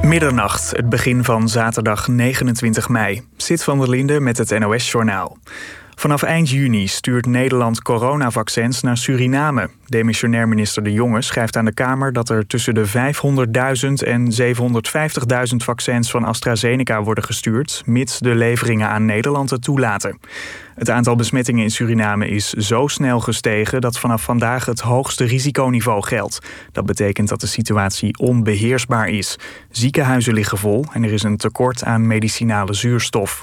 Middernacht, het begin van zaterdag 29 mei. Zit van der Linde met het NOS-journaal. Vanaf eind juni stuurt Nederland coronavaccins naar Suriname. Demissionair minister De Jonge schrijft aan de Kamer dat er tussen de 500.000 en 750.000 vaccins van AstraZeneca worden gestuurd, mits de leveringen aan Nederland het toelaten. Het aantal besmettingen in Suriname is zo snel gestegen dat vanaf vandaag het hoogste risiconiveau geldt. Dat betekent dat de situatie onbeheersbaar is. Ziekenhuizen liggen vol en er is een tekort aan medicinale zuurstof.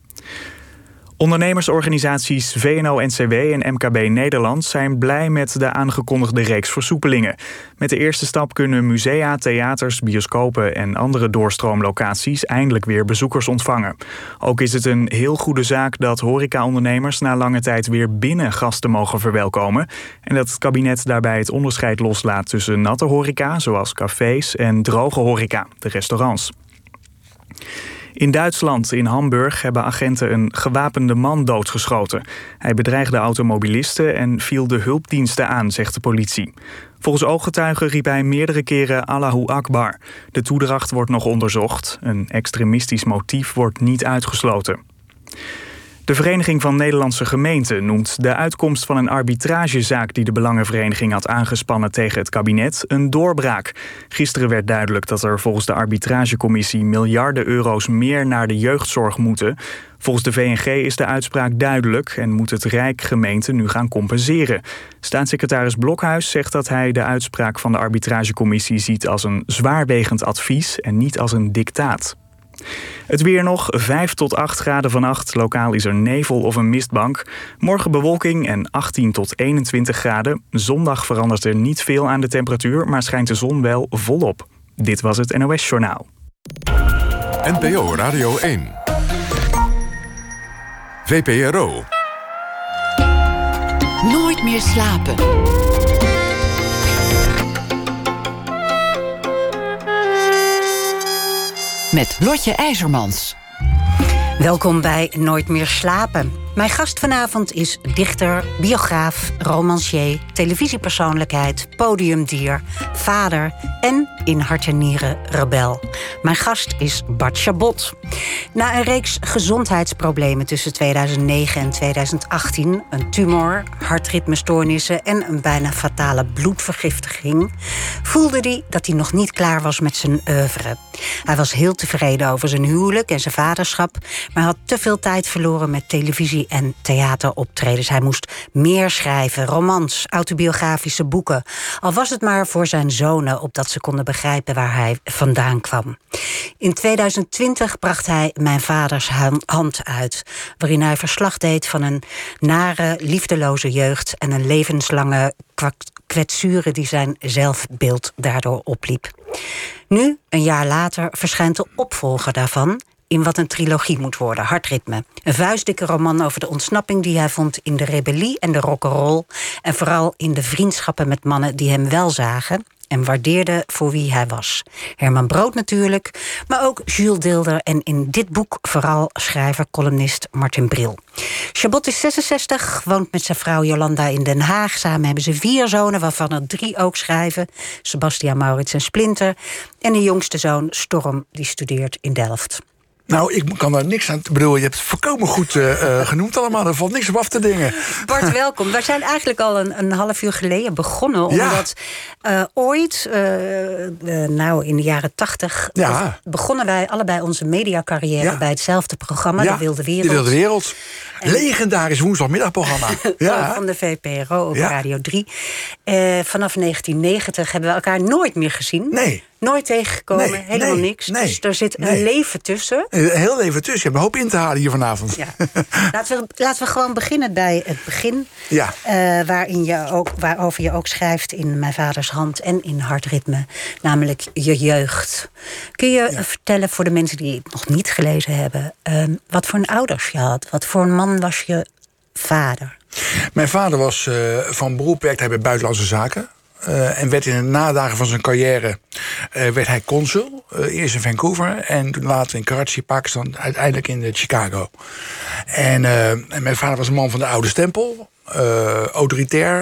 Ondernemersorganisaties VNO-NCW en MKB Nederland zijn blij met de aangekondigde reeks versoepelingen. Met de eerste stap kunnen musea, theaters, bioscopen en andere doorstroomlocaties eindelijk weer bezoekers ontvangen. Ook is het een heel goede zaak dat horecaondernemers na lange tijd weer binnen gasten mogen verwelkomen. En dat het kabinet daarbij het onderscheid loslaat tussen natte horeca, zoals cafés, en droge horeca, de restaurants. In Duitsland, in Hamburg, hebben agenten een gewapende man doodgeschoten. Hij bedreigde automobilisten en viel de hulpdiensten aan, zegt de politie. Volgens ooggetuigen riep hij meerdere keren Allahu Akbar. De toedracht wordt nog onderzocht. Een extremistisch motief wordt niet uitgesloten. De Vereniging van Nederlandse Gemeenten noemt de uitkomst van een arbitragezaak die de Belangenvereniging had aangespannen tegen het kabinet een doorbraak. Gisteren werd duidelijk dat er volgens de arbitragecommissie miljarden euro's meer naar de jeugdzorg moeten. Volgens de VNG is de uitspraak duidelijk en moet het Rijk gemeenten nu gaan compenseren. Staatssecretaris Blokhuis zegt dat hij de uitspraak van de arbitragecommissie ziet als een zwaarwegend advies en niet als een dictaat. Het weer nog, 5 tot 8 graden vannacht. Lokaal is er nevel of een mistbank. Morgen bewolking en 18 tot 21 graden. Zondag verandert er niet veel aan de temperatuur, maar schijnt de zon wel volop. Dit was het NOS Journaal. NPO Radio 1. VPRO. Nooit meer slapen. Met Lotje IJzermans. Welkom bij Nooit meer slapen. Mijn gast vanavond is dichter, biograaf, romancier, televisiepersoonlijkheid, podiumdier, vader en in hart en nieren rebel. Mijn gast is Bart Chabot. Na een reeks gezondheidsproblemen tussen 2009 en 2018... een tumor, hartritmestoornissen en een bijna fatale bloedvergiftiging... voelde hij dat hij nog niet klaar was met zijn oeuvre. Hij was heel tevreden over zijn huwelijk en zijn vaderschap... maar had te veel tijd verloren met televisie en theateroptredens. Hij moest meer schrijven, romans, autobiografische boeken. Al was het maar voor zijn zonen, opdat ze konden begrijpen waar hij vandaan kwam. In 2020 bracht hij Mijn vaders hand uit, waarin hij verslag deed van een nare, liefdeloze jeugd en een levenslange kwetsuren die zijn zelfbeeld daardoor opliep. Nu, een jaar later, verschijnt de opvolger daarvan in wat een trilogie moet worden, Hartritme. Een vuistdikke roman over de ontsnapping die hij vond in de rebellie en de rock'n'roll en vooral in de vriendschappen met mannen die hem wel zagen en waardeerden voor wie hij was. Herman Brood natuurlijk, maar ook Jules Deelder en in dit boek vooral schrijver, columnist Martin Bril. Chabot is 66, woont met zijn vrouw Jolanda in Den Haag. Samen hebben ze 4 zonen, waarvan er 3 ook schrijven. Sebastian, Maurits en Splinter. En de jongste zoon, Storm, die studeert in Delft. Nou, ik kan daar niks aan. Ik bedoel, je hebt het volkomen goed genoemd allemaal. Er valt niks op af te dingen. Bart, welkom. We zijn eigenlijk al een half uur geleden begonnen. Omdat ooit, in de jaren 80... begonnen wij allebei onze mediacarrière bij hetzelfde programma, De Wilde Wereld. De Wilde Wereld. Legendarisch woensdagmiddagprogramma. Van de VPRO op Radio 3. Vanaf 1990 hebben we elkaar nooit meer gezien. Nee. Nooit tegengekomen, helemaal niks. Nee, dus er zit een leven tussen. Een heel leven tussen. Je hebt een hoop in te halen hier vanavond. Ja. Laten we gewoon beginnen bij het begin. Ja. Waarover je ook schrijft in Mijn vaders hand en in Hartritme. Namelijk je jeugd. Kun je vertellen voor de mensen die het nog niet gelezen hebben, wat voor een ouders je had? Wat voor een man was je vader? Mijn vader was van beroep, werkte hij bij Buitenlandse Zaken. En werd in de nadagen van zijn carrière werd hij consul. Eerst in Vancouver en toen later in Karachi, Pakistan. Uiteindelijk in Chicago. En mijn vader was een man van de oude stempel. Autoritair.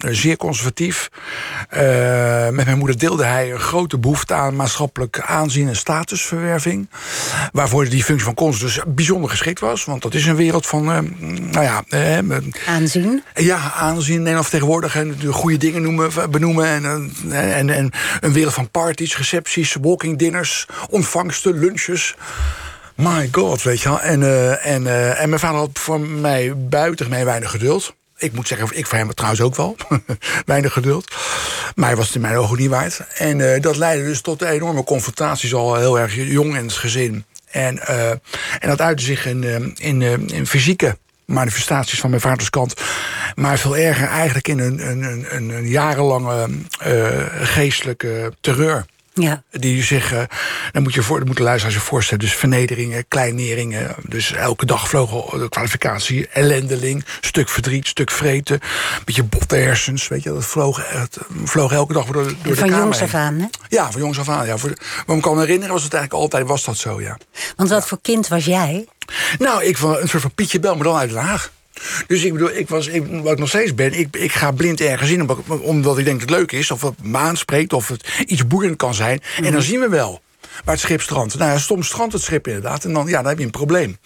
zeer conservatief. Met mijn moeder deelde hij een grote behoefte aan maatschappelijk aanzien en statusverwerving. Waarvoor die functie van consul dus bijzonder geschikt was. Want dat is een wereld van, aanzien? Ja, aanzien. Nederland vertegenwoordigen en de goede dingen benoemen. En een wereld van parties, recepties, walking dinners, ontvangsten, lunches. My god, weet je wel. En mijn vader had voor mij buitengemeen weinig geduld. Ik moet zeggen, ik voor hem trouwens ook wel. Weinig geduld. Maar hij was het in mijn ogen niet waard. En dat leidde dus tot enorme confrontaties al heel erg jong in het gezin. En dat uitte zich in fysieke manifestaties van mijn vaders kant. Maar veel erger eigenlijk in een jarenlange geestelijke terreur. Ja. Die zich, dan moet de luisteraar zich voorstellen, dus vernederingen, kleineringen. Dus elke dag vloog de kwalificatie, ellendeling, stuk verdriet, stuk vreten, beetje botte hersens, weet je, dat vloog elke dag door de kamer. Van jongs af aan, hè? Ja, van jongs af aan. Ja. Wat me kan herinneren was het eigenlijk altijd, was dat zo, ja. Want wat voor kind was jij? Nou, ik was een soort van Pietje Bel, maar dan uit Den Haag. Dus ik bedoel, wat ik nog steeds ben, ik ga blind ergens in omdat ik denk dat het leuk is, of het me aanspreekt, of het iets boeiend kan zijn. En dan zien we wel waar het schip strandt. Nou ja, stom strandt het schip inderdaad. En dan heb je een probleem.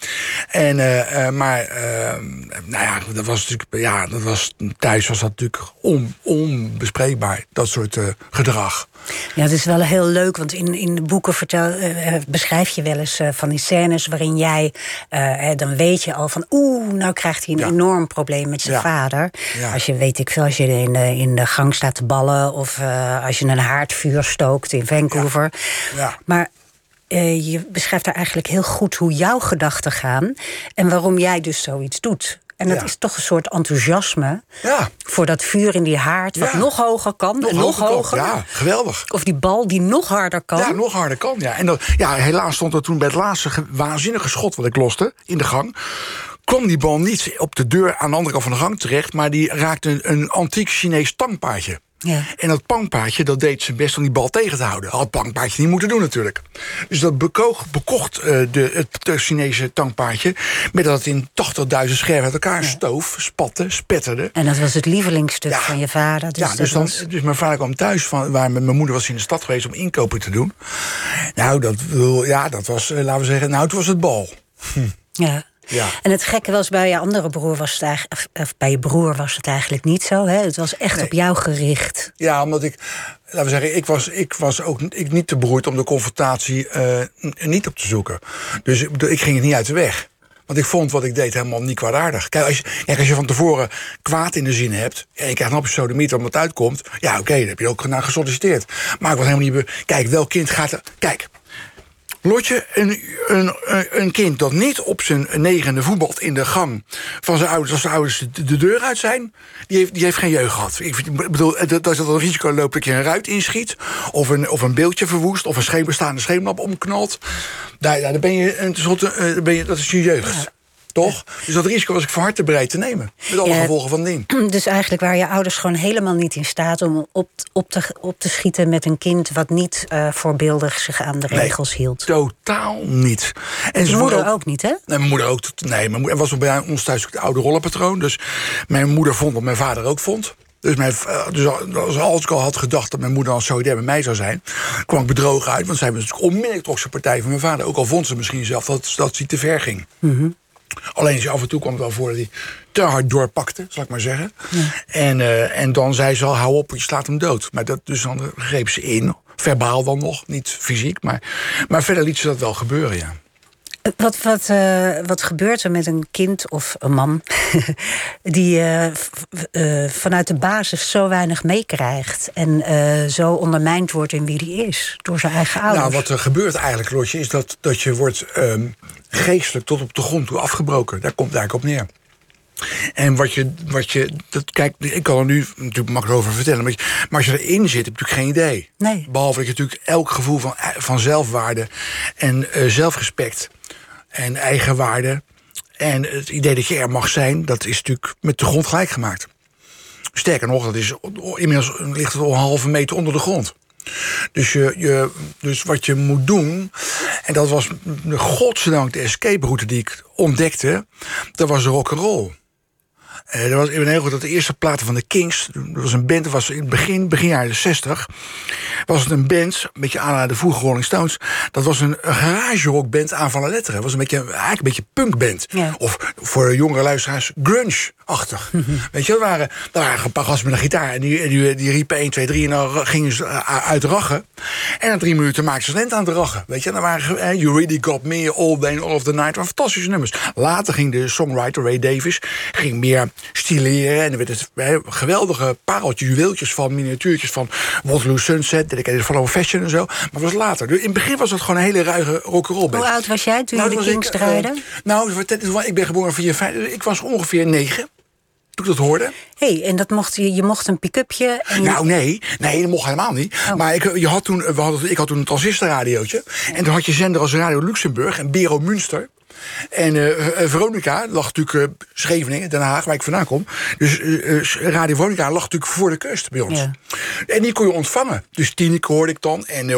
Dat was natuurlijk, thuis was dat natuurlijk onbespreekbaar, dat soort gedrag. Ja, het is wel heel leuk, want in de boeken beschrijf je wel eens van die scènes waarin jij, dan weet je al van, nou krijgt hij een enorm probleem met zijn vader. Ja. Als je, als je in de gang staat te ballen, of als je een haardvuur stookt in Vancouver. Ja. Maar je beschrijft daar eigenlijk heel goed hoe jouw gedachten gaan en waarom jij dus zoiets doet. En dat is toch een soort enthousiasme voor dat vuur in die haard, wat nog hoger kan. Nog hoger. Ja, geweldig. Of die bal die nog harder kan. Ja, nog harder kan, ja. En helaas stond er toen bij het laatste waanzinnige schot wat ik loste in de gang, kwam die bal niet op de deur aan de andere kant van de gang terecht, maar die raakte een antiek Chinees tangpaadje. Ja. En dat pangpaadje, dat deed zijn best om die bal tegen te houden. Had het pangpaadje niet moeten doen natuurlijk. Dus dat bekocht het Chinese tangpaadje, met dat het in 80.000 scherven uit elkaar stoof, spatte, spetterde. En dat was het lievelingsstuk van je vader. Dus dus mijn vader kwam thuis waar mijn moeder was in de stad geweest om inkopen te doen. Nou, dat was, laten we zeggen, het was het bal. Ja. Ja. En het gekke was, bij je andere broer was het eigenlijk, of bij je broer was het eigenlijk niet zo, hè? Het was echt op jou gericht. Ja, omdat laten we zeggen, ik was ook niet te beroerd om de confrontatie niet op te zoeken. Dus ik ging het niet uit de weg. Want ik vond wat ik deed helemaal niet kwaadaardig. Kijk, als je van tevoren kwaad in de zin hebt en je krijgt een hapje sodemiet omdat het uitkomt, ja, oké, daar heb je ook naar gesolliciteerd. Maar ik was helemaal niet. Kijk, welk kind gaat er. Kijk. Lotje, een kind dat niet op zijn 9e voetbalt in de gang van zijn ouders, als de ouders de deur uit zijn, die heeft geen jeugd gehad. Ik bedoel, dat is een risico loopt dat je een ruit inschiet, of een beeldje verwoest, of een bestaande scheemlamp omknalt. Daar ben je, dat is je jeugd. Ja. Toch? Dus dat risico was ik van harte bereid te nemen. Met alle gevolgen van dien. Dus eigenlijk waren je ouders gewoon helemaal niet in staat om op te schieten met een kind wat niet voorbeeldig zich aan de regels hield. Totaal niet. En je moeder ook niet, hè? Nee, mijn moeder ook. Nee, mijn moeder was bij ons thuis het oude rollenpatroon. Dus mijn moeder vond wat mijn vader ook vond. Dus als ik al had gedacht dat mijn moeder al solidair bij mij zou zijn, kwam ik bedrogen uit. Want zij was natuurlijk onmiddellijk trok zijn partij van mijn vader. Ook al vond ze misschien zelf dat hij te ver ging. Mm-hmm. Alleen af en toe kwam het wel voor dat hij te hard doorpakte, zal ik maar zeggen. Ja. En dan zei ze al, hou op, je slaat hem dood. Maar dus dan greep ze in, verbaal dan nog, niet fysiek. Maar verder liet ze dat wel gebeuren, ja. Wat gebeurt er met een kind of een man die vanuit de basis zo weinig meekrijgt en zo ondermijnd wordt in wie die is door zijn eigen ouders? Nou, wat er gebeurt eigenlijk, Lotje, is dat je wordt geestelijk tot op de grond toe afgebroken. Daar komt het eigenlijk op neer. En kijk, ik kan er nu natuurlijk makkelijk over vertellen, maar als je erin zit, heb je natuurlijk geen idee. Nee. Behalve dat je natuurlijk elk gevoel van zelfwaarde en zelfrespect en eigenwaarde en het idee dat je er mag zijn, dat is natuurlijk met de grond gelijk gemaakt. Sterker nog, inmiddels ligt het al 1,5 meter onder de grond. Dus wat je moet doen, en dat was godzijdank de escape route die ik ontdekte, dat was rock'n'roll. Ik ben heel goed dat de eerste platen van de Kings... Er was een band, dat was in het begin jaren 60... was het een band, een beetje aan de vroege Rolling Stones... dat was een garagerockband aan van de letteren. Het was eigenlijk een beetje punkband. Ja. Of voor jongere luisteraars grunge-achtig. Weet je, daar waren een paar gasten met een gitaar... en die riepen 1, 2, 3 en dan gingen ze uit rachen. En na 3 minuten maakten ze een end aan het rachen. Weet je, dan waren You Really Got Me, All Day and All of the Night... waren fantastische nummers. Later ging de songwriter Ray Davies ging meer stileren... en er werd het geweldige pareltjes, juweeltjes van miniatuurtjes... van Waterloo Sunset, Dedicated Follow Fashion en zo. Maar dat was later. Dus in het begin was het gewoon een hele ruige rock'n'roll band. Hoe oud was jij toen je de Kings draaide? Ik ben geboren in 1954. Ik was ongeveer 9 toen ik dat hoorde. En dat je mocht een pick-upje... Nou, nee, dat mocht helemaal niet. Oh. Maar ik had toen een transistorradiootje. En toen had je zender als Radio Luxemburg en Bero Münster. En Veronica lag natuurlijk Scheveningen, Den Haag, waar ik vandaan kom. Dus Radio Veronica lag natuurlijk voor de kust bij ons. Ja. En die kon je ontvangen. Dus Tineke hoorde ik dan. En dan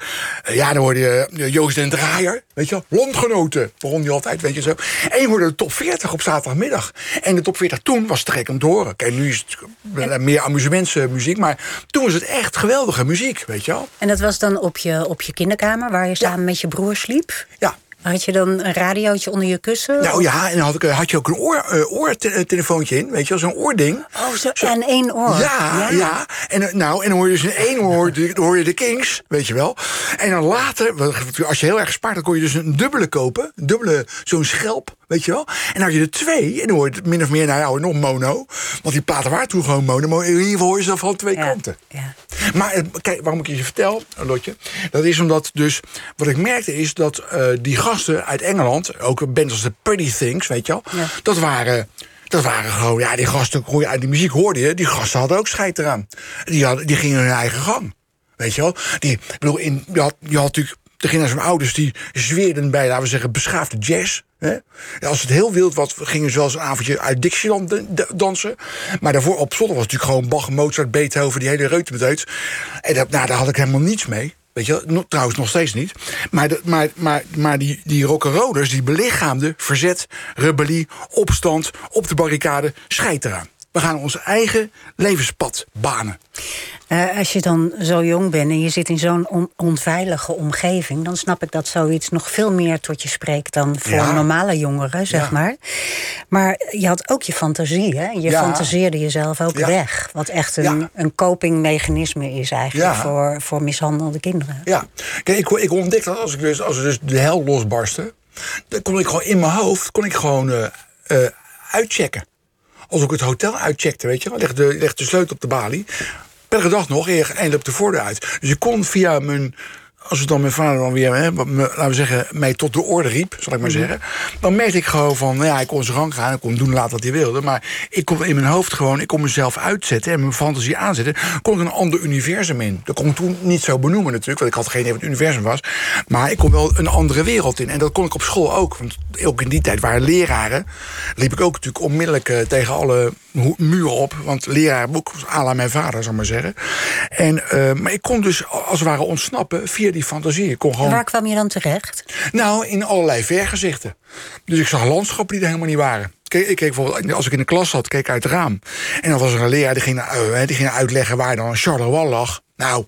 hoorde je Joost den Draaier. Weet je wel, Landgenoten begon die altijd, weet je zo. En je hoorde de top 40 op zaterdagmiddag. En de top 40 toen was te gek om te horen. Kijk, nu is het meer amusementsmuziek. Maar toen was het echt geweldige muziek, weet je wel. En dat was dan op je kinderkamer, waar je samen met je broer sliep? Ja. Had je dan een radiootje onder je kussen? Nou ja, en dan had je ook een oortelefoontje in, weet je wel, zo'n oording. Oh, zo aan één oor. Ja. En dan hoor je dus in één oor hoor je de Kings, weet je wel. En dan later, als je heel erg spaart, dan kon je dus een dubbele kopen. Een dubbele, zo'n schelp, weet je wel. En dan had je er 2, en dan hoor je het min of meer, nog mono. Want die platen waren toen gewoon mono. Maar in ieder geval hoor je ze van 2 kanten. Ja. Maar kijk, waarom ik je vertel, Lotje, dat is omdat dus, wat ik merkte is dat die gasten uit Engeland, ook bands als de Pretty Things, weet je wel, dat waren gewoon, die gasten, uit die muziek hoorde je, die gasten hadden ook scheid eraan. Die gingen hun eigen gang, weet je wel. Je had natuurlijk, de generatie van ouders die zweerden bij, laten we zeggen, beschaafde jazz. Hè? Als het heel wild was, gingen ze wel eens een avondje uit Dixieland dansen. Maar daarvoor op zondag was het natuurlijk gewoon Bach, Mozart, Beethoven, die hele reutemeteut. En daar had ik helemaal niets mee. Weet je, trouwens nog steeds niet. Maar die rock'n'rollers, die belichaamden verzet, rebellie, opstand, op de barricade, scheid eraan. We gaan ons eigen levenspad banen. Als je dan zo jong bent en je zit in zo'n onveilige omgeving, dan snap ik dat zoiets nog veel meer tot je spreekt dan voor normale jongeren, zeg maar. Maar je had ook je fantasie, hè? Je fantaseerde jezelf ook weg. Wat echt een copingmechanisme is eigenlijk voor mishandelde kinderen. Ja, kijk, ik ontdekte dat als er dus de hel losbarstte, dan kon ik gewoon in mijn hoofd uitchecken. Als ik het hotel uitcheckte, weet je wel, leg de sleutel op de balie. Per dag nog, en loop de voordeur uit. Dus ik kon via als het dan mijn vader dan weer, laten we zeggen, mij tot de orde riep, zal ik maar zeggen, dan merkte ik gewoon van, ik kon zijn gang gaan, ik kon doen laten wat hij wilde, maar ik kon in mijn hoofd gewoon, ik kon mezelf uitzetten en mijn fantasie aanzetten, kon ik een ander universum in. Dat kon ik toen niet zo benoemen natuurlijk, want ik had geen idee wat het universum was, maar ik kon wel een andere wereld in. En dat kon ik op school ook, want ook in die tijd waren leraren, liep ik ook natuurlijk onmiddellijk tegen alle muren op, want leraren ook à la mijn vader, zal ik maar zeggen. Maar ik kon dus als het ware ontsnappen via die fantasie. Ik kon gewoon... En waar kwam je dan terecht? Nou, in allerlei vergezichten. Dus ik zag landschappen die er helemaal niet waren. Ik keek bijvoorbeeld, als ik in de klas zat, keek ik uit het raam. En dan was er een leraar die ging uitleggen waar dan Charleroi lag. Nou,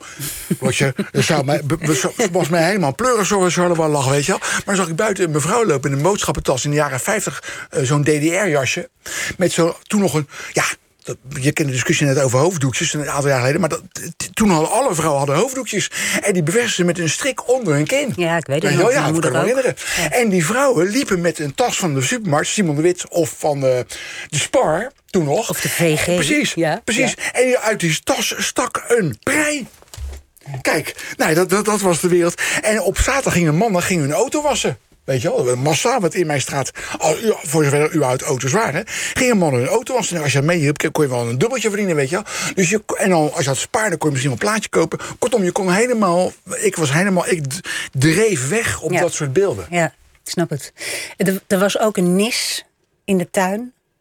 was mij helemaal pleurig zoals Charleroi lag, weet je wel. Maar dan zag ik buiten een mevrouw lopen in een boodschappentas in de jaren 50, zo'n DDR-jasje. Met toen nog een... Je kent de discussie net over hoofddoekjes een aantal jaar geleden. Maar toen hadden alle vrouwen hoofddoekjes. En die bewerkten ze met een strik onder hun kin. Ja, ik weet het nog. Ja, dat kan ik me herinneren. Ja. En die vrouwen liepen met een tas van de supermarkt, Simon de Wit of van de Spar, toen nog. Of de VG. Precies. Ja. En uit die tas stak een prei. Kijk, dat was de wereld. En op zaterdag gingen mannen hun auto wassen. Weet je wel, massaal wat in mijn straat, voor zover er überhaupt auto's waren, gingen mannen hun auto wassen. En als je dat meehielp, kon je wel een dubbeltje verdienen, weet je wel. Dus en dan, als je had spaarde, kon je misschien wel een plaatje kopen. Kortom, je kon helemaal, ik dreef weg op dat soort beelden. Ja, ik snap het. Er was ook een nis in de tuin.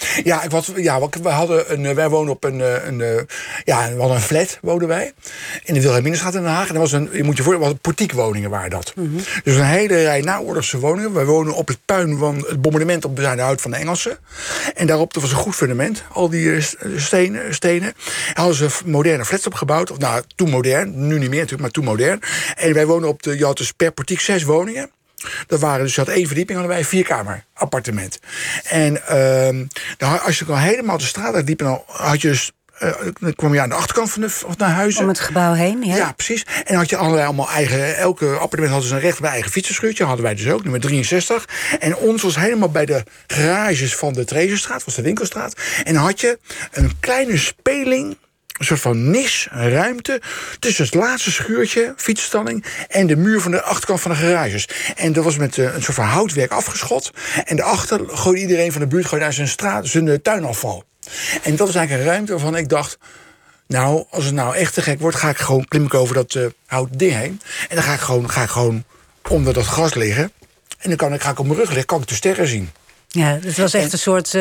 Ja, wij wonen op we hadden een flat, woonden wij. In de Wilhelminastraat in Den Haag. En was portiekwoningen waren dat. Mm-hmm. Dus een hele rij naoorlogse woningen. Wij wonen op het puin van het bombardement op de hout van de Engelsen. En daarop was een goed fundament. Al die stenen. En hadden ze moderne flats opgebouwd. Of nou, toen modern. Nu niet meer natuurlijk, maar toen modern. En wij wonen je had dus per portiek 6 woningen. Dat waren dus, je had 1 verdieping, hadden wij 4-kamer appartement. En als je dan helemaal de straat uitliep, dan had je dus dan kwam je aan de achterkant van de huizen. Om het gebouw heen, ja. Ja, precies. En dan had je allemaal elke appartement had dus een recht bij eigen fietsenschuurtje. Hadden wij dus ook, nummer 63. En ons was helemaal bij de garages van de Trezenstraat, was de winkelstraat. En dan had je een kleine speling, een soort van nis, een ruimte tussen het laatste schuurtje, fietsstalling, en de muur van de achterkant van de garages. En dat was met een soort van houtwerk afgeschot. En daarachter gooide iedereen van de buurt naar zijn tuinafval. En dat was eigenlijk een ruimte waarvan ik dacht, nou, als het nou echt te gek wordt, klim ik over dat houten ding heen. En dan ga ik gewoon onder dat gras liggen. En dan ga ik op mijn rug liggen, kan ik de sterren zien. Ja, het was echt een soort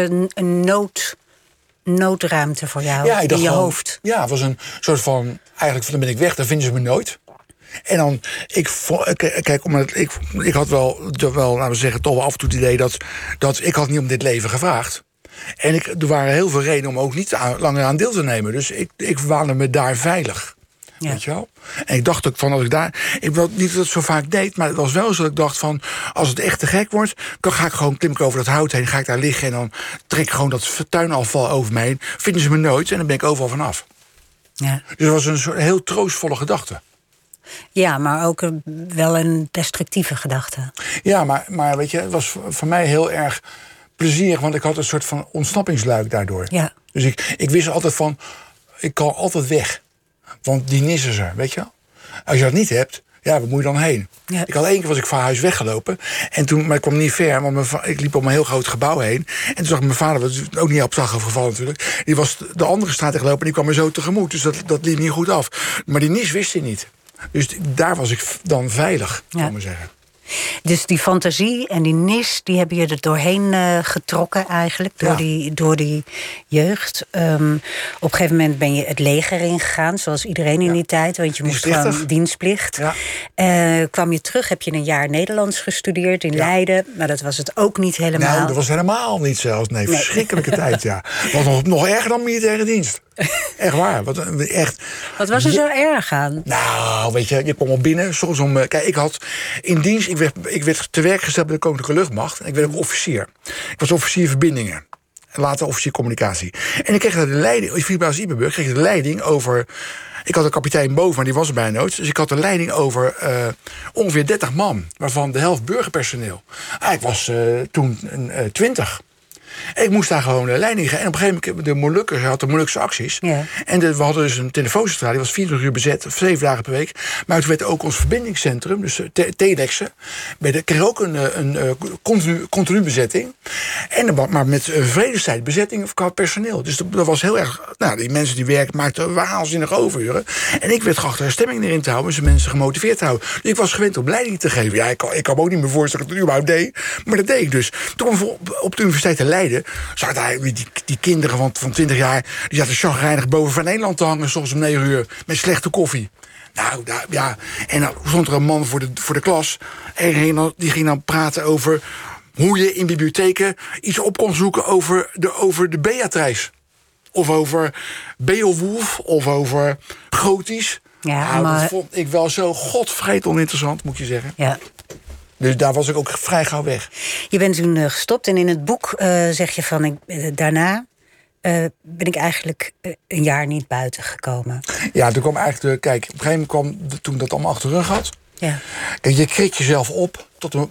noodruimte voor jou in je hoofd. Ja, het was een soort van, eigenlijk dan ben ik weg, dan vinden ze me nooit. En dan, ik had wel, laten we zeggen, toch wel af en toe het idee dat ik had niet om dit leven gevraagd. En er waren heel veel redenen om ook niet langer aan deel te nemen. Dus ik waande me daar veilig. Ja. Weet je wel? En ik dacht ook van, als ik daar... Ik wil niet dat het zo vaak deed, maar het was wel zo dat ik dacht van, als het echt te gek wordt, dan klim ik over dat hout heen, ga ik daar liggen en dan trek ik gewoon dat tuinafval over me heen. Vinden ze me nooit en dan ben ik overal vanaf. Ja. Dus het was een soort heel troostvolle gedachte. Ja, maar ook wel een destructieve gedachte. Ja, maar weet je, het was voor mij heel erg plezierig, want ik had een soort van ontsnappingsluik daardoor. Ja. Dus ik wist altijd van, ik kan altijd weg. Want die nis is er, weet je wel? Als je dat niet hebt, ja, waar moet je dan heen? Ja. Ik had 1 keer was ik van huis weggelopen. Maar ik kwam niet ver, want ik liep om een heel groot gebouw heen. En toen zag ik mijn vader, was ook niet op zag gevallen natuurlijk. Die was de andere straat gelopen en die kwam me zo tegemoet. Dus dat liep niet goed af. Maar die nis wist hij niet. Dus daar was ik dan veilig, kan ik zeggen. Dus die fantasie en die nis, die hebben je er doorheen getrokken eigenlijk, door die jeugd. Op een gegeven moment ben je het leger ingegaan, zoals iedereen in die tijd, want je moest gewoon dienstplicht. Ja. Kwam je terug, heb je een jaar Nederlands gestudeerd in Leiden, maar dat was het ook niet helemaal. Nou, dat was helemaal niet zelfs, nee. Verschrikkelijke tijd, ja. Was nog erger dan militaire dienst. Echt waar. Wat was er zo erg aan? Nou, weet je kwam op binnen. Soms kijk, ik had in dienst, ik werd te werk gesteld bij de Koninklijke Luchtmacht. En ik werd ook officier. Ik was officier verbindingen. En later officier communicatie. En ik kreeg de leiding, ik vlieg bij Iberburg, kreeg de leiding over. Ik had een kapitein boven, maar die was er bijna nooit. Dus ik had de leiding over ongeveer 30 man. Waarvan de helft burgerpersoneel. Ik was toen 20. En ik moest daar gewoon de leiding gaan. En op een gegeven moment, de Molukkers had de Molukse acties. Ja. En we hadden dus een telefooncentrale, die was 24 uur bezet, 7 dagen per week. Maar toen werd ook ons verbindingscentrum, dus telexen, kreeg ook een continu bezetting. Maar met vredestijd bezetting qua personeel. Dus dat was heel erg. Nou, die mensen die werken maakten waanzinnig overuren. En ik werd geacht er stemming erin te houden, dus mensen gemotiveerd te houden. Dus ik was gewend om leiding te geven. Ja, ik kan me ook niet meer voorstellen dat ik het überhaupt deed. Maar dat deed ik dus. Toen kwam op de universiteit te Leiden. Zag daar die kinderen van 20 jaar, die zaten chagrijnig boven Van Nederland te hangen, soms om 9 uur, met slechte koffie. Nou, en dan stond er een man voor de klas. En die ging dan praten over hoe je in bibliotheken iets op kon zoeken over de Beatrice. Of over Beowulf, of over Gotisch. Ja, maar dat vond ik wel zo godvergeten oninteressant, moet je zeggen. Ja. Dus daar was ik ook vrij gauw weg. Je bent toen gestopt en in het boek zeg je van daarna ben ik eigenlijk een jaar niet buiten gekomen. Ja, toen kwam eigenlijk kijk, op een gegeven moment toen dat allemaal achter de rug had. Ja. Kijk, je krikt jezelf op.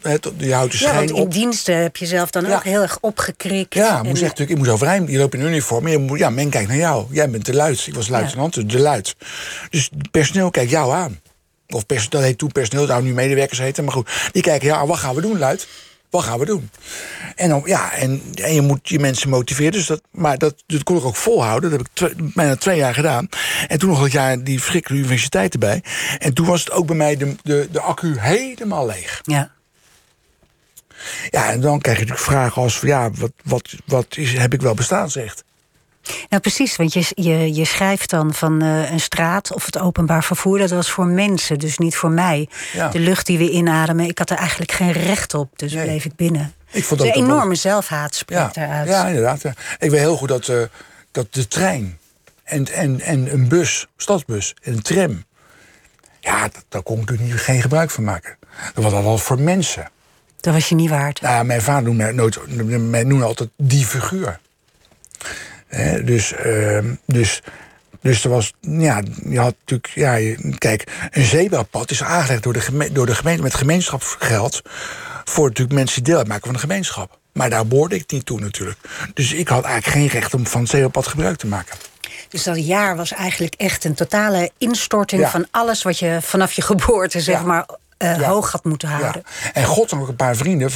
Je houdt de schijn op. In diensten heb je zelf dan ook heel erg opgekrikt. Ja, ik moest overeind. Je loopt in uniform. Men kijkt naar jou. Jij bent de luid. Ik was luitenant, de luid. Dus personeel kijkt jou aan. Of dat heet toen personeel, dat nu medewerkers heten. Maar goed, die kijken, wat gaan we doen, luid? Wat gaan we doen? En dan, en je moet je mensen motiveren. Dus dat kon ik ook volhouden. Dat heb ik bijna 2 jaar gedaan. En toen nog dat jaar die verschrikkelijke universiteit erbij. En toen was het ook bij mij de accu helemaal leeg. Ja. Ja, en dan krijg je natuurlijk vragen als... heb ik wel bestaan, zegt. Nou precies, want je schrijft dan van een straat of het openbaar vervoer. Dat was voor mensen, dus niet voor mij. Ja. De lucht die we inademen, ik had er eigenlijk geen recht op. Dus bleef ik binnen. Ik vond dat een enorme zelfhaat spreekt daaruit. Ja, inderdaad. Ja. Ik weet heel goed dat de trein en een bus, stadsbus en een tram... Ja, daar kon ik natuurlijk geen gebruik van maken. Dat was al voor mensen. Dat was je niet waard. Nou, mijn vader noemde altijd die figuur. Dus er was, ja, je had natuurlijk, kijk, een zebrapad is aangelegd door de gemeente met gemeenschapsgeld voor natuurlijk mensen die deel uitmaken van de gemeenschap. Maar daar behoorde ik niet toe natuurlijk. Dus ik had eigenlijk geen recht om van het zebrapad gebruik te maken. Dus dat jaar was eigenlijk echt een totale instorting van alles wat je vanaf je geboorte zeg maar hoog had moeten houden. Ja. En God had ook een paar vrienden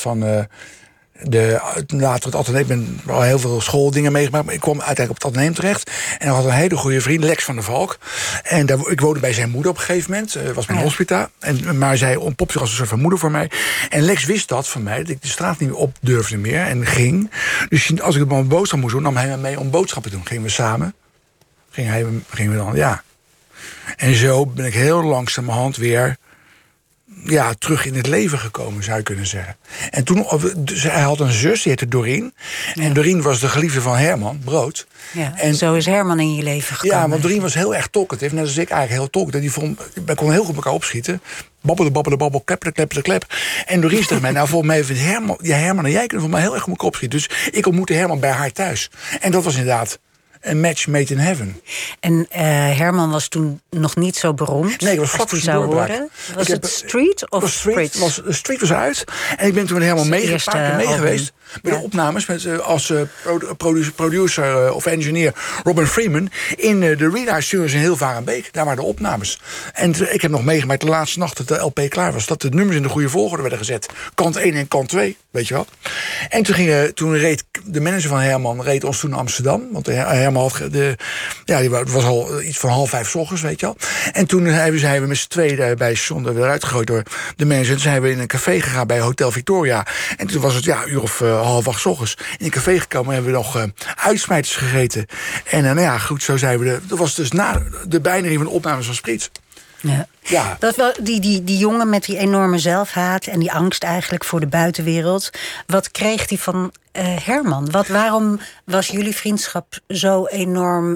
later het ateneum, ik ben al heel veel schooldingen meegemaakt, maar ik kwam uiteindelijk op het ateneum terecht. En hij had een hele goede vriend, Lex van der Valk. En ik woonde bij zijn moeder op een gegeven moment. Was mijn hospita. Maar zij ontpopte zich als een soort van moeder voor mij. En Lex wist dat van mij, dat ik de straat niet meer op durfde meer en ging. Dus als ik op een boodschap moest doen, nam hij me mee om boodschappen te doen. Gingen we samen. Gingen we dan, ja. En zo ben ik heel langzamerhand weer terug in het leven gekomen, zou je kunnen zeggen. En toen, hij had een zus, die heette Doreen. Ja. En Doreen was de geliefde van Herman, Brood. Ja, en zo is Herman in je leven gekomen. Ja, want Doreen was heel erg talkative, net als ik eigenlijk heel talkative. Wij konden heel goed elkaar opschieten. Babbel, klep. En Doreen zei tegen mij, nou volgens mij vindt Herman en jij kunnen voor mij heel erg goed elkaar opschieten. Dus ik ontmoette Herman bij haar thuis. En dat was inderdaad een match made in heaven. En Herman was toen nog niet zo beroemd. Nee, ik was vlak voor zijn doorbraak. Was het Street of Spritz? Street was uit. En ik ben toen helemaal mee geweest. Bij de opnames als producer of engineer Robin Freeman in de Realize Studios in Hilvarenbeek. Daar waren de opnames. En ik heb nog meegemaakt de laatste nacht dat de LP klaar was. Dat de nummers in de goede volgorde werden gezet. Kant 1 en kant 2, weet je wel. En toen reed de manager van Herman ons toen naar Amsterdam. Want Herman die was al iets van 4:30 's ochtends, weet je wel. En toen zijn we met z'n tweeën bij John weer uitgegooid door de manager. Toen zijn we in een café gegaan bij Hotel Victoria. En toen was het uur of 7:30 's ochtends in een café gekomen en hebben we nog uitsmijters gegeten. En goed, zo zijn we. Dat was dus na de beëindiging van de opnames van Spritz. Ja. Dat wel, die jongen met die enorme zelfhaat en die angst eigenlijk voor de buitenwereld. Wat kreeg die van Herman? Waarom was jullie vriendschap zo enorm,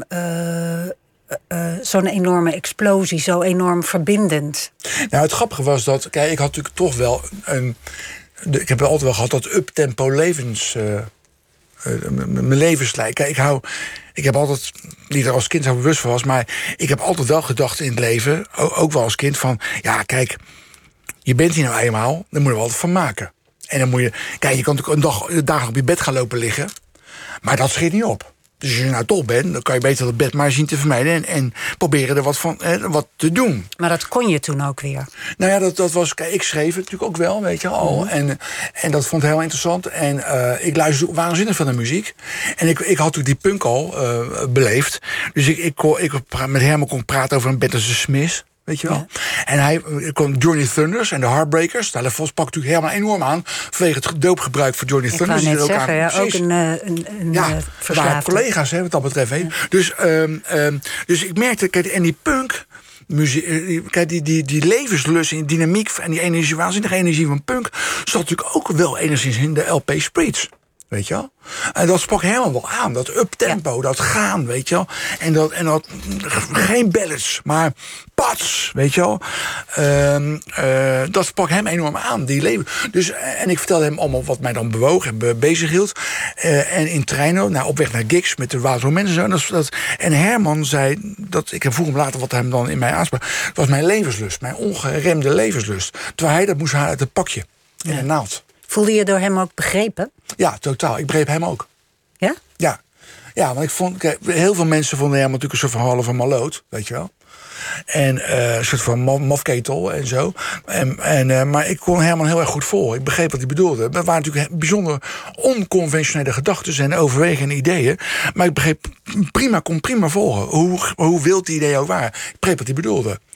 zo'n enorme explosie, zo enorm verbindend? Nou, het grappige was dat, kijk, ik had natuurlijk toch wel ik heb altijd wel gehad dat uptempo mijn levenslijn. Kijk, ik heb altijd, niet er als kind zo bewust van was, maar ik heb altijd wel gedacht in het leven, ook wel als kind, van ja, kijk, je bent hier nou eenmaal, dan moet je er wel wat van maken. En dan moet je, kijk, je kan natuurlijk een dag op je bed gaan lopen liggen, maar dat schiet niet op. Dus als je nou toch bent, dan kan je beter het bed maar zien te vermijden en proberen er wat te doen. Maar dat kon je toen ook weer? Nou ja, dat was, kijk, ik schreef het natuurlijk ook wel, weet je al. Mm-hmm. En dat vond ik heel interessant. En ik luisterde waanzinnig van de muziek. En ik had natuurlijk die punk al beleefd. Dus ik met Herman kon praten over een band als de Smiths. Weet je wel? Ja. En hij kon Johnny Thunders en de Heartbreakers. Daar pakt natuurlijk helemaal enorm aan. Vanwege het doopgebruik van Johnny Thunders. Ik wou net zeggen, ook een verslaafde. Collega's, wat dat betreft. Ja. Dus ik merkte, kijk, en die punk muziek, kijk, die levenslust en die dynamiek en die energie, waanzinnige energie van punk, zat natuurlijk ook wel enigszins in de LP Spritz. Weet je wel? En dat sprak helemaal wel aan. Dat uptempo, dat gaan, weet je wel? En dat geen ballads, maar pats, weet je wel? Dat sprak hem enorm aan, die leven. Dus, en ik vertelde hem allemaal wat mij dan bewoog en bezig hield. En in treinen, op weg naar gigs met de Waterloo mensen en zo. En Herman zei, ik vroeg hem later wat hem dan in mij aansprak. Het was mijn levenslust, mijn ongeremde levenslust. Terwijl hij dat moest halen uit het pakje. In een naald. Voelde je door hem ook begrepen? Ja, totaal. Ik begreep hem ook. Ja? Ja, want ik vond, kijk, heel veel mensen vonden hem natuurlijk een soort van halve maloot, weet je wel. En een soort van mafketel en zo. Maar ik kon Herman heel erg goed volgen. Ik begreep wat hij bedoelde. Het waren natuurlijk bijzonder onconventionele gedachten en overwegende ideeën. Maar ik kon prima volgen. Hoe wild die ideeën ook waren. Ik begreep wat hij bedoelde.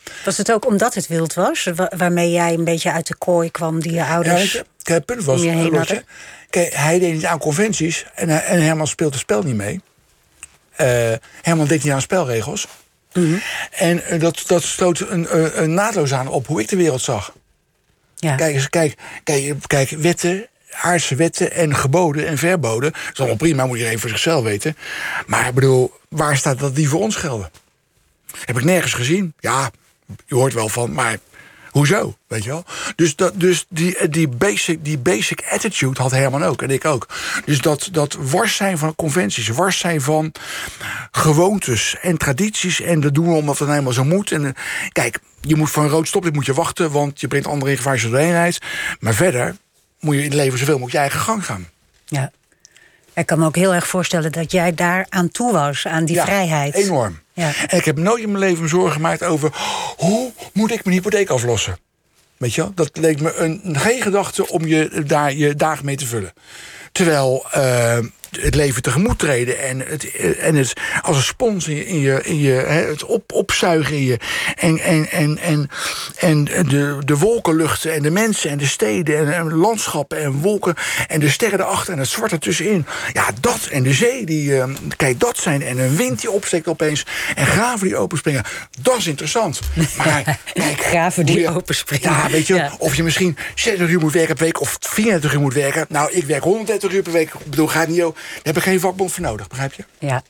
Was het ook omdat het wild was? Waarmee jij een beetje uit de kooi kwam die je ouders... Ja, het punt was, hij deed niet aan conventies en Herman speelde het spel niet mee. Herman deed niet aan spelregels. Mm-hmm. En dat sloot een naadloos aan op hoe ik de wereld zag. Ja. Kijk, wetten, aardse wetten en geboden en verboden. Dat is allemaal prima, moet iedereen voor zichzelf weten. Maar ik bedoel, waar staat dat die voor ons gelden? Heb ik nergens gezien. Ja, je hoort wel van, maar hoezo? Weet je wel? Dus die basic attitude had Herman ook en ik ook. Dus dat wars zijn van conventies, wars zijn van gewoontes en tradities. En dat doen we omdat het nou eenmaal zo moet. En kijk, je moet voor een rood stoplicht moet je wachten, want je brengt anderen in gevaar door de eenheid. Maar verder moet je in het leven zoveel moet je eigen gang gaan. Ja. Ik kan me ook heel erg voorstellen dat jij daar aan toe was, aan die vrijheid. Enorm. Ja. En ik heb nooit in mijn leven me zorgen gemaakt over hoe moet ik mijn hypotheek aflossen. Weet je wel? Dat leek me geen gedachte om je dagen mee te vullen. Terwijl het leven tegemoet treden en het als een spons in je het opzuigen in je en de wolkenluchten en de mensen en de steden en landschappen en wolken en de sterren erachter en het zwarte tussenin. Ja, dat en de zee kijk, dat zijn en een wind die opsteekt opeens en graven die openspringen. Dat is interessant. Maar kijk, graven die openspringen. Ja, weet je, of je misschien 60 uur moet werken per week of 34 uur moet werken. Nou, ik werk 130 uur per week. Ik bedoel, gaat niet. Daar heb ik geen vakbond voor nodig, begrijp je? Ja.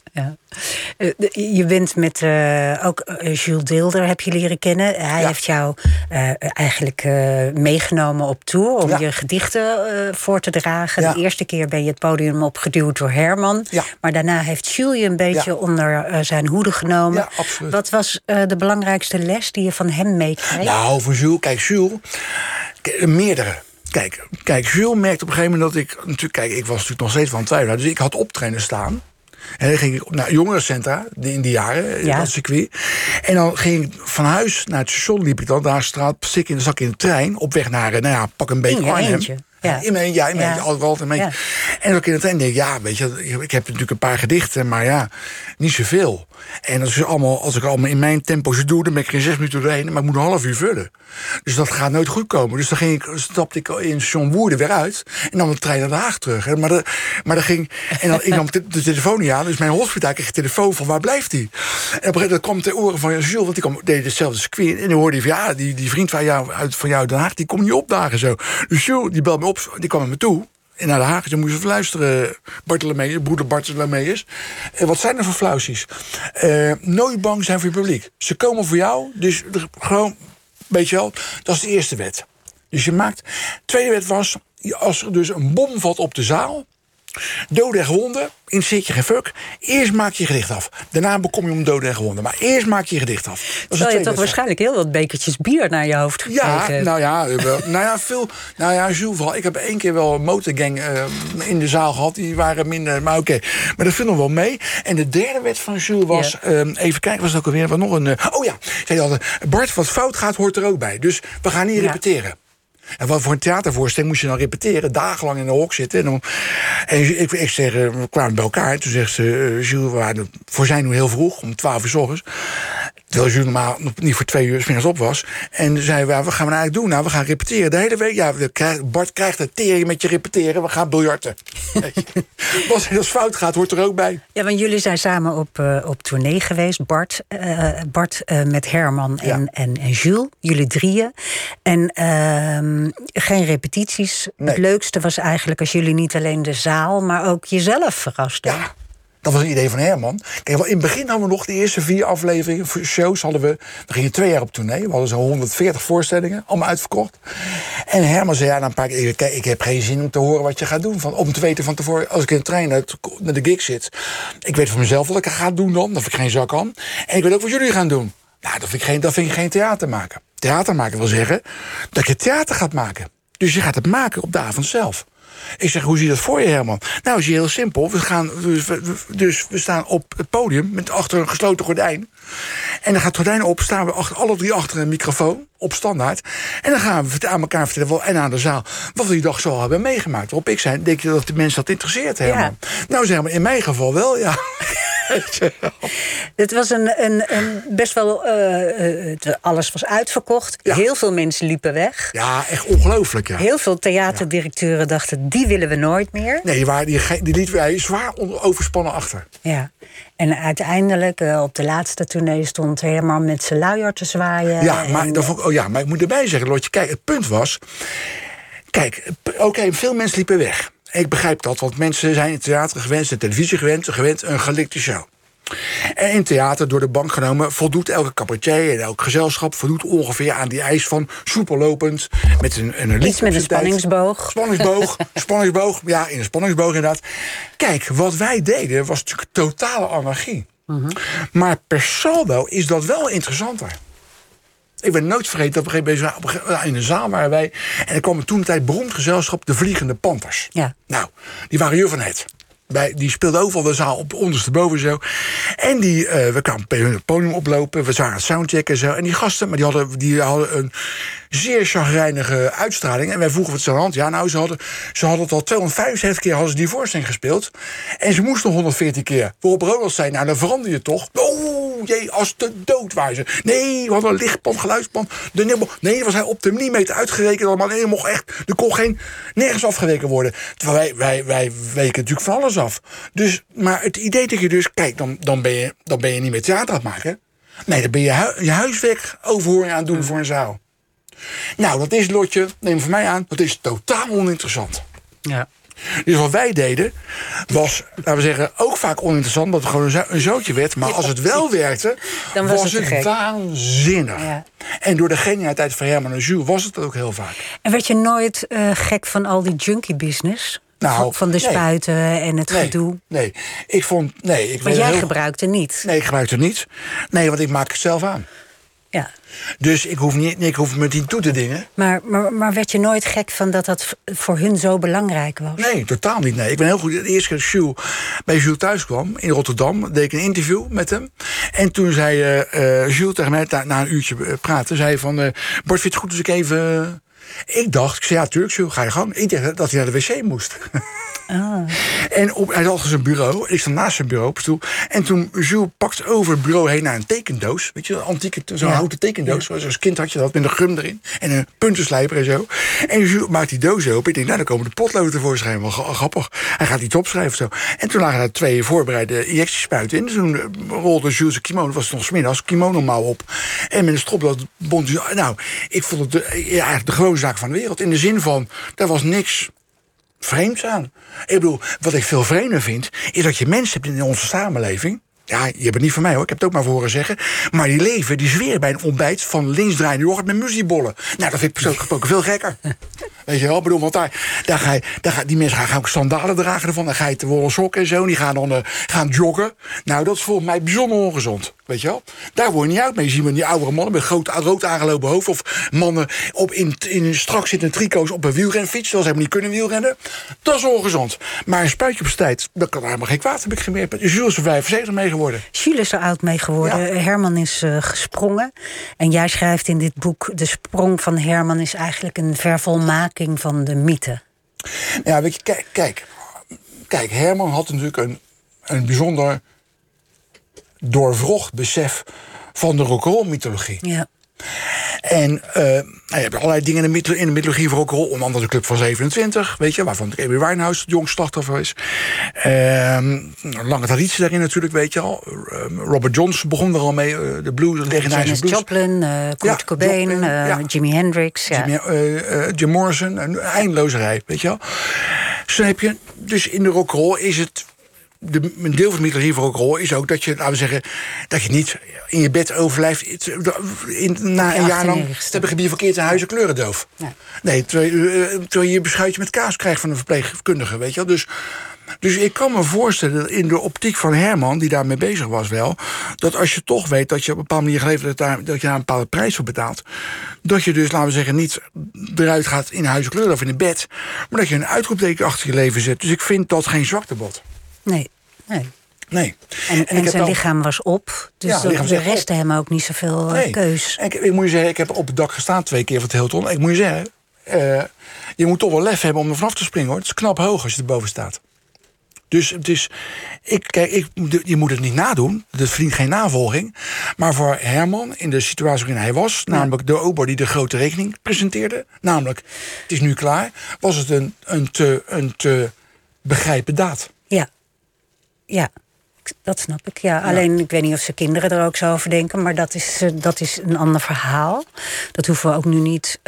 Je bent met ook Jules Deelder heb je leren kennen. Hij heeft jou eigenlijk meegenomen op tour om je gedichten voor te dragen. De eerste keer ben je het podium opgeduwd door Herman. Ja. Maar daarna heeft Jules je een beetje onder zijn hoede genomen. Ja, absoluut. Wat was de belangrijkste les die je van hem meekreeg? Nou, van Jules, meerdere. Kijk, Jules merkte op een gegeven moment dat ik was natuurlijk nog steeds van twijfelaar. Dus ik had optreden staan. En dan ging ik naar jongerencentra in die jaren, dat circuit. En dan ging ik van huis naar het station, liep ik dan daar straat, zak in de trein, op weg naar, pak een beetje Arnhem. Eentje. Ja. In mijn eentje, altijd mee. Ja. En dan in de trein denk ik, weet je, ik heb natuurlijk een paar gedichten, maar niet zoveel. En als ik allemaal in mijn tempo zo doe, dan ben ik geen 6 minuten doorheen, maar ik moet een half uur vullen. Dus dat gaat nooit goed komen. Dus dan stapte ik in station Woerden weer uit en dan de trein naar Den Haag terug. Maar dan ging, en dan ik nam de telefoon niet aan, dus mijn hospitaal kreeg een telefoon van waar blijft hij? En op een gegeven moment kwam ter oren van Jules, want die deed hetzelfde circuit. En dan hoorde hij van die vriend van jou Den Haag, die komt niet opdagen zo. Dus Jules, die belde me op, die kwam naar me toe. En naar Den Haag, dan moest je luisteren, broeder Bartholomeus. Wat zijn er voor flauwsies? Nooit bang zijn voor je publiek. Ze komen voor jou, dus gewoon, weet je wel, dat is de eerste wet. Dus je maakt. Tweede wet was, als er dus een bom valt op de zaal, doden en gewonden, interesseert je geen fuck. Eerst maak je gedicht af. Daarna bekom je om doden en gewonden. Maar eerst maak je gedicht af. Terwijl je toch waarschijnlijk heel wat bekertjes bier naar je hoofd gekregen. Jules vooral. Ik heb 1 keer wel een motorgang in de zaal gehad. Die waren minder, maar oké. Maar dat viel nog wel mee. En de derde wet van Jules was, even kijken, was het ook alweer, was nog een... zei altijd, Bart, wat fout gaat, hoort er ook bij. Dus we gaan niet repeteren. En wat voor een theatervoorstelling moest je dan repeteren, dagenlang in de hok zitten. En ik zeg, we kwamen bij elkaar. Toen zegt ze, Jules, we waren voor zijn nu heel vroeg, om 12 uur 's ochtends. Terwijl Jules normaal niet voor 2 uur 's middags op was. En toen zei wat gaan we nou eigenlijk doen? Nou, we gaan repeteren de hele week. Ja, Bart krijgt een tering met je repeteren. We gaan biljarten. Als het fout gaat, hoort er ook bij. Ja, want jullie zijn samen op tournee geweest. Bart met Herman en Jules. Jullie drieën. En geen repetities. Nee. Het leukste was eigenlijk als jullie niet alleen de zaal, maar ook jezelf verrasten. Ja. Dat was een idee van Herman. Kijk, in het begin hadden we nog de eerste 4 afleveringen, shows hadden we. We gingen 2 jaar op tournee. We hadden zo'n 140 voorstellingen, allemaal uitverkocht. En Herman zei na een paar keer, kijk, ik heb geen zin om te horen wat je gaat doen. Om te weten van tevoren, als ik in de trein naar de gig zit. Ik weet van mezelf wat ik ga doen dan. Dat vind ik geen zak aan. En ik weet ook wat jullie gaan doen. Nou, dat vind ik geen theater maken. Theater maken wil zeggen dat je theater gaat maken. Dus je gaat het maken op de avond zelf. Ik zeg, hoe zie je dat voor je, Herman? Nou, is heel simpel. We staan op het podium met achter een gesloten gordijn. En dan gaat het gordijn op, staan we alle 3 achter een microfoon, op standaard. En dan gaan we aan elkaar vertellen, en aan de zaal, wat we die dag zo hebben meegemaakt. Waarop ik zei, denk je dat de mensen dat interesseert, Herman? Ja. Nou, zeg maar, in mijn geval wel, ja. Het was een best wel... alles was uitverkocht. Ja. Heel veel mensen liepen weg. Ja, echt ongelooflijk, ja. Heel veel theaterdirecteuren dachten, die willen we nooit meer. Nee, die liet wij zwaar overspannen achter. Ja. En uiteindelijk, op de laatste tournee, stond Herman met zijn luier te zwaaien. Ja, maar ik moet erbij zeggen, Lotje, kijk, het punt was... Kijk, oké, veel mensen liepen weg. Ik begrijp dat, want mensen zijn in het theater gewend, de televisie gewend een gelikte show. En in theater, door de bank genomen, voldoet elke cabaretier en elk gezelschap voldoet ongeveer aan die eis van soepellopend. Met een iets met een spanningsboog. Spanningsboog, ja, in een spanningsboog inderdaad. Kijk, wat wij deden was natuurlijk totale anarchie. Mm-hmm. Maar per saldo is dat wel interessanter. Ik ben nooit vergeten dat we in een zaal waren wij. En er kwam een toen tijd beroemd gezelschap, de Vliegende Panthers. Ja. Nou, die waren Jur van Het. Die speelden overal de zaal op ondersteboven zo. En we kwamen bij hun het podium oplopen. We zagen het soundchecken en zo. En die gasten, maar die hadden een zeer chagrijnige uitstraling. En wij vroegen wat ze aan de hand. Ja, nou, ze hadden het al 275 keer hadden ze die voorstelling gespeeld. En ze moesten 114 keer. Waarop Ronald zei, nou, dan verander je toch. Oh, jee, als de dood waren ze. Nee, we hadden een lichtpand, geluidspand. Nee, was hij op de millimeter uitgerekend allemaal. Nee, er kon nergens afgeweken worden. Terwijl wij weken natuurlijk van alles af. Dus, maar het idee dat je dus, kijk, dan ben je niet meer theater aan het maken. Nee, dan ben je huiswerk overhoring aan het doen voor een zaal. Nou, dat is, Lotje, neem van mij aan, dat is totaal oninteressant. Ja. Dus wat wij deden, was, laten we zeggen, ook vaak oninteressant, omdat het gewoon een zootje werd. Maar als het wel werkte, dan was het waanzinnig. Ja. En door de genialiteit van Herman en Jules was het ook heel vaak. En werd je nooit gek van al die junkie business? Nou, van de spuiten en het gedoe? Nee, want jij gebruikte niet? Nee, ik gebruikte niet. Nee, want ik maak het zelf aan. Ja. Dus ik hoef me niet toe te dingen. Maar werd je nooit gek van dat voor hun zo belangrijk was? Nee, totaal niet. Nee. Ik ben heel goed. De eerste keer dat bij Jules thuis kwam in Rotterdam, deed ik een interview met hem. En toen zei Jules tegen mij, na een uurtje praten, zei van, Bart, vind je het goed als ik even... Ik zei, ja, tuurlijk, Jules, ga je gang. Ik dacht dat hij naar de wc moest. Ah. En hij had zijn bureau. Ik stond naast zijn bureau op stoel. En toen Jules pakte over het bureau heen naar een tekendoos. Weet je, een antieke, zo'n houten tekendoos. Ja. Als kind had je dat met een gum erin. En een puntenslijper en zo. En Jules maakt die doos open. Ik denk, nou, dan komen de potloden tevoorschijn. Wel grappig. Hij gaat iets opschrijven zo. En toen lagen er 2 voorbereide injectiespuiten in. Toen rolde Jules zijn kimono, was het nog 's middags, kimonomouw op. En met een stropdas bond hij. Nou, ik vond het eigenlijk de gewone zaak van de wereld. In de zin van, daar was niks vreemds aan. Ik bedoel, wat ik veel vreemder vind, is dat je mensen hebt in onze samenleving. Ja, je hebt het niet van mij hoor, ik heb het ook maar voor horen zeggen. Maar die zweren bij een ontbijt van linksdraaiende yoghurt met mueslibollen. Nou, dat vind ik persoonlijk gesproken veel gekker. Weet je wel, bedoel, want die mensen gaan ook sandalen dragen ervan. Dan ga je te wollen sokken en zo. En die gaan dan gaan joggen. Nou, dat is volgens mij bijzonder ongezond. Weet je wel? Daar word je niet uit mee. Je ziet die oudere mannen met rood aangelopen hoofd. Of mannen in strak zittende trico's op een wielrenfiets. Terwijl ze helemaal niet kunnen wielrennen. Dat is ongezond. Maar een spuitje op zijn tijd, dat kan helemaal geen kwaad, heb ik gemerkt. Jules is er 75 mee geworden. Jules is er oud mee geworden. Ja. Herman is gesprongen. En jij schrijft in dit boek, de sprong van Herman is eigenlijk een vervolmaking van de mythe. Ja, weet je, kijk, Herman had natuurlijk een bijzonder doorwrocht besef van de rock'n'roll mythologie. Ja. En je hebt allerlei dingen in de mythologie van rock'n'roll, onder andere de Club van 27, weet je, waarvan Amy Winehouse het jongste slachtoffer is. Lange traditie daarin natuurlijk, weet je al. Robert Johnson begon er al mee, de blues, de legendarische blues. Joplin, Kurt Cobain, Jimi Hendrix. Jim Morrison, een eindeloze rij, weet je wel. Zo heb je, dus in de rock'n'roll is het... Een deel van de mythologie van rock'n'roll is ook dat je, laten we zeggen, dat je niet in je bed overlijft na een jaar lang te hebben gebivakkeerd in huis en kleurendoof. Ja. Nee, terwijl je je beschuitje met kaas krijgt van een verpleegkundige, weet je wel. Dus ik kan me voorstellen, in de optiek van Herman, die daarmee bezig was wel, dat als je toch weet dat je op een bepaalde manier geleverd dat je daar een bepaalde prijs voor betaalt, dat je dus, laten we zeggen, niet eruit gaat in huis en kleur of in een bed, maar dat je een uitroepteken achter je leven zet. Dus ik vind dat geen zwaktebod. Nee. En zijn lichaam was op, dus de restte hem ook niet zoveel keus. Ik moet je zeggen, ik heb op het dak gestaan 2 keer van het Hilton. Ik moet je zeggen, je moet toch wel lef hebben om er vanaf te springen, hoor. Het is knap hoog als je erboven staat. Dus het is... je moet het niet nadoen. Dat verdient geen navolging. Maar voor Herman, in de situatie waarin hij was... namelijk de ober die de grote rekening presenteerde... namelijk, het is nu klaar... was het een te begrijpen daad. Ja, dat snap ik. Ja. Alleen, ik weet niet of zijn kinderen er ook zo over denken... maar dat is een ander verhaal. Dat hoeven we ook nu niet...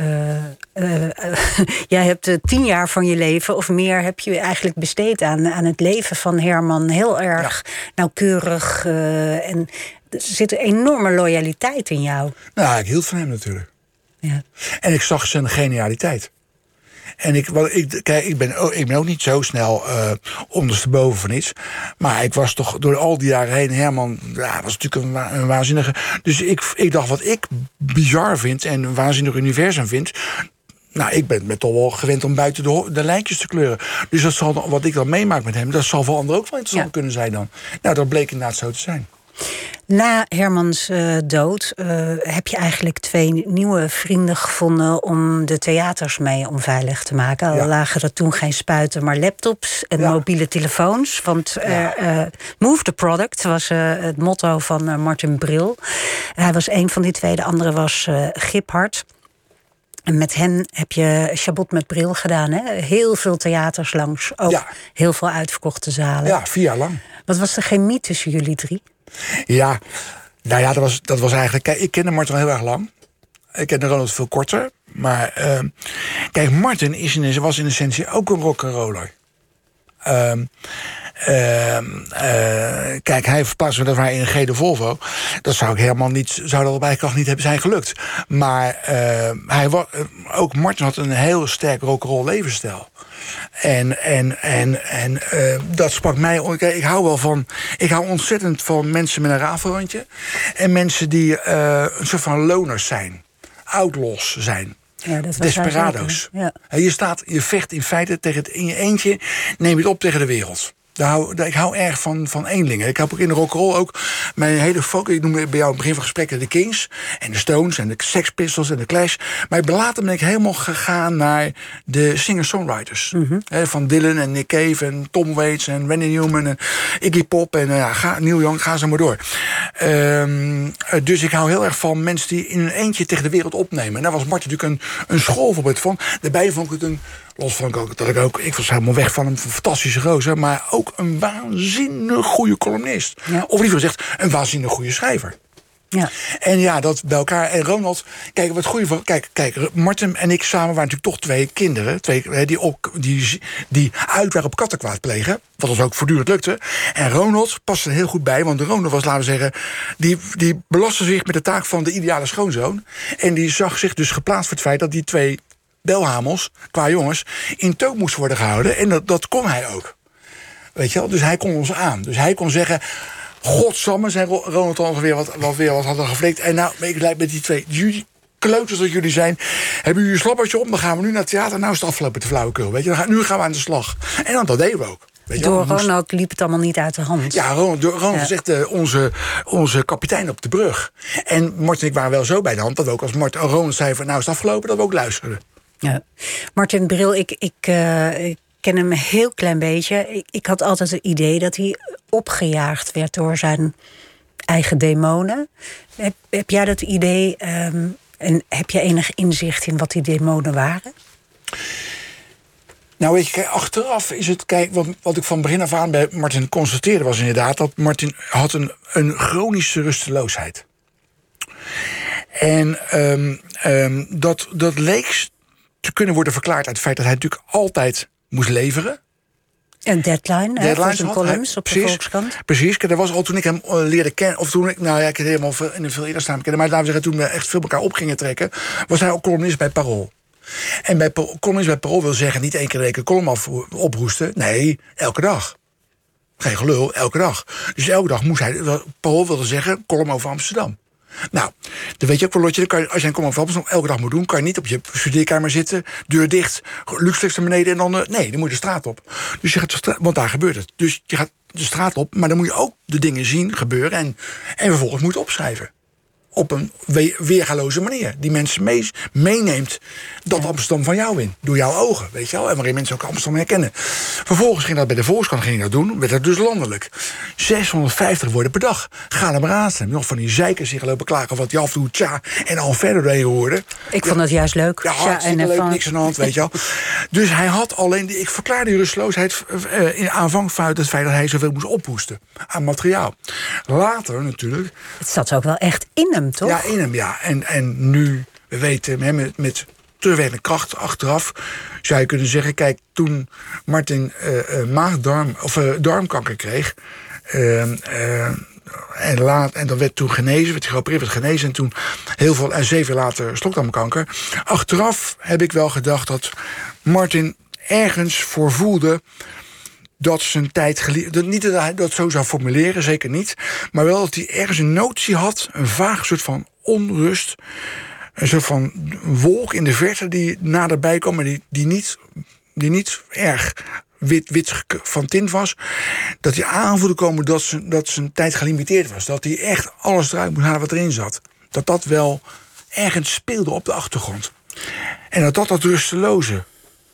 jij hebt 10 jaar van je leven of meer... heb je eigenlijk besteed aan het leven van Herman. Heel erg nauwkeurig. En er zit een enorme loyaliteit in jou. Nou, ik hield van hem natuurlijk. Ja. En ik zag zijn genialiteit. En ik ben ook niet zo snel ondersteboven van iets. Maar ik was toch door al die jaren heen... Herman was natuurlijk een waanzinnige... Dus ik dacht, wat ik bizar vind... en een waanzinnig universum vind... Nou, ik ben toch wel gewend om buiten de lijntjes te kleuren. Dus dat zal, wat ik dan meemaak met hem... dat zal voor anderen ook wel interessant kunnen zijn dan. Nou, dat bleek inderdaad zo te zijn. Na Hermans dood heb je eigenlijk 2 nieuwe vrienden gevonden... om de theaters mee onveilig te maken. Al lagen er toen geen spuiten, maar laptops en mobiele telefoons. Want move the product was het motto van Martin Bril. Hij was een van die 2, de andere was Giphart. En met hen heb je Chabot met Bril gedaan. Hè? Heel veel theaters langs. Ook heel veel uitverkochte zalen. Ja, 4 jaar lang. Wat was de chemie tussen jullie 3? Ja, nou ja, dat was eigenlijk... Kijk, ik kende Martin heel erg lang. Ik kende Ronald veel korter. Maar kijk, Martin was in essentie ook een rock'n'roller. Kijk, hij verplaatste me daar in een gele Volvo. Dat zou ik helemaal niet... zou dat op eigen kracht niet hebben zijn gelukt. Maar ook Martin had een heel sterk rock'n'roll levensstijl. En dat sprak mij... Ik hou ontzettend van mensen met een rafelrandje. En mensen die een soort van loners zijn. Outlaws zijn. Ja, dat was Desperado's. Ja. Je vecht in feite in je eentje... neem je het op tegen de wereld. Ik hou erg van eenlingen. Ik heb ook in de rock'n'roll ook mijn hele focus... ik noemde bij jou in het begin van gesprekken de Kings... en de Stones en de Sex Pistols en de Clash. Maar later ben ik helemaal gegaan naar de singer-songwriters. Mm-hmm. Van Dylan en Nick Cave en Tom Waits en Randy Newman en Iggy Pop en Neil Young, ga zo maar door. Dus ik hou heel erg van mensen die in een eentje tegen de wereld opnemen. En daar was Martin natuurlijk een schoolvoorbeeld van. Daarbij vond ik het los van ik was helemaal weg van een fantastische gozer... maar ook een waanzinnig goede columnist. Ja. Of liever gezegd, een waanzinnig goede schrijver. Ja. En dat bij elkaar. En Ronald, kijk, wat goede van... Kijk, Martin en ik samen waren natuurlijk toch 2 kinderen... die uit waren op kattenkwaad plegen. Wat ons ook voortdurend lukte. En Ronald paste er heel goed bij. Want Ronald was, laten we zeggen... die belastte zich met de taak van de ideale schoonzoon. En die zag zich dus geplaatst voor het feit dat die 2... belhamels, qua jongens, in toom moest worden gehouden. En dat kon hij ook. Weet je wel? Dus hij kon ons aan. Dus hij kon zeggen... Godsamme, zei Ronald dan weer wat hadden geflikt. En nou, ik lijk met die 2... jullie kleuters dat jullie zijn... hebben jullie een slappertje op, dan gaan we nu naar het theater... nou is het afgelopen te flauwekul. Weet je? Nu gaan we aan de slag. En dat deden we ook. Door Ronald liep het allemaal niet uit de hand. Ja, Ronald is echt onze kapitein op de brug. En Martin en ik waren wel zo bij de hand... dat we ook als Ronald zei van nou is het afgelopen... dat we ook luisterden. Ja. Martin Bril, ik ken hem een heel klein beetje. Ik had altijd het idee dat hij opgejaagd werd door zijn eigen demonen. Heb jij dat idee en heb je enig inzicht in wat die demonen waren? Nou, weet je, achteraf is het... Kijk, wat ik van begin af aan bij Martin constateerde... was inderdaad dat Martin had een chronische rusteloosheid. En dat leek te kunnen worden verklaard uit het feit... dat hij natuurlijk altijd moest leveren. Een deadline voor zijn columns op de Volkskrant. Precies, dat was al toen ik hem leerde kennen... of toen ik heb helemaal in een veel eerder staan kennen... maar laten we zeggen, toen we echt veel elkaar op gingen trekken... was hij ook columnist bij Parool. En bij columnist bij Parool wil zeggen... niet 1 keer de week een column oproesten. Nee, elke dag. Geen gelul, elke dag. Dus elke dag moest hij... Parool wilde zeggen, column over Amsterdam. Nou, dan weet je ook wel, Lotje, als je een column over Amsterdam elke dag moet doen... kan je niet op je studeerkamer zitten, deur dicht... luxe naar beneden en dan... nee, dan moet je de straat op. Dus je gaat want daar gebeurt het. Dus je gaat de straat op, maar dan moet je ook de dingen zien gebeuren... en vervolgens moet je opschrijven. op een weergaloze manier. Die mensen meeneemt dat Amsterdam van jou in. Door jouw ogen, weet je wel. En waarin mensen ook Amsterdam herkennen. Vervolgens ging dat bij de Volkskrant dat doen. Werd dat dus landelijk. 650 woorden per dag. Ga er maar aan staan. Nog van die zeikers die gaan lopen klagen. Wat die af en toe tja en al verder doorheen hoorde. Ik vond dat juist leuk. Ja, hartstikke leuk. Niks aan de hand, weet je wel. Dus hij had alleen... Ik verklaarde die rusteloosheid in aanvang vanuit het feit dat hij zoveel moest ophoesten aan materiaal. Later natuurlijk... Het zat ook wel echt in hem, toch? Ja, in hem, ja. En nu, we weten, met terugwerkende kracht achteraf... zou je kunnen zeggen, kijk, toen Martin darmkanker kreeg... En dat werd toen genezen, werd geopereerd, werd genezen... en toen en 7 jaar later slokdarmkanker. Achteraf heb ik wel gedacht dat Martin ergens voor voelde... dat zijn tijd niet dat hij dat zo zou formuleren, zeker niet... maar wel dat hij ergens een notie had, een vaag soort van onrust... een soort van wolk in de verte die naderbij kwam... maar die niet erg wit van tint was... dat hij aan voelde komen dat zijn tijd gelimiteerd was. Dat hij echt alles eruit moest halen wat erin zat. Dat wel ergens speelde op de achtergrond. En dat rusteloze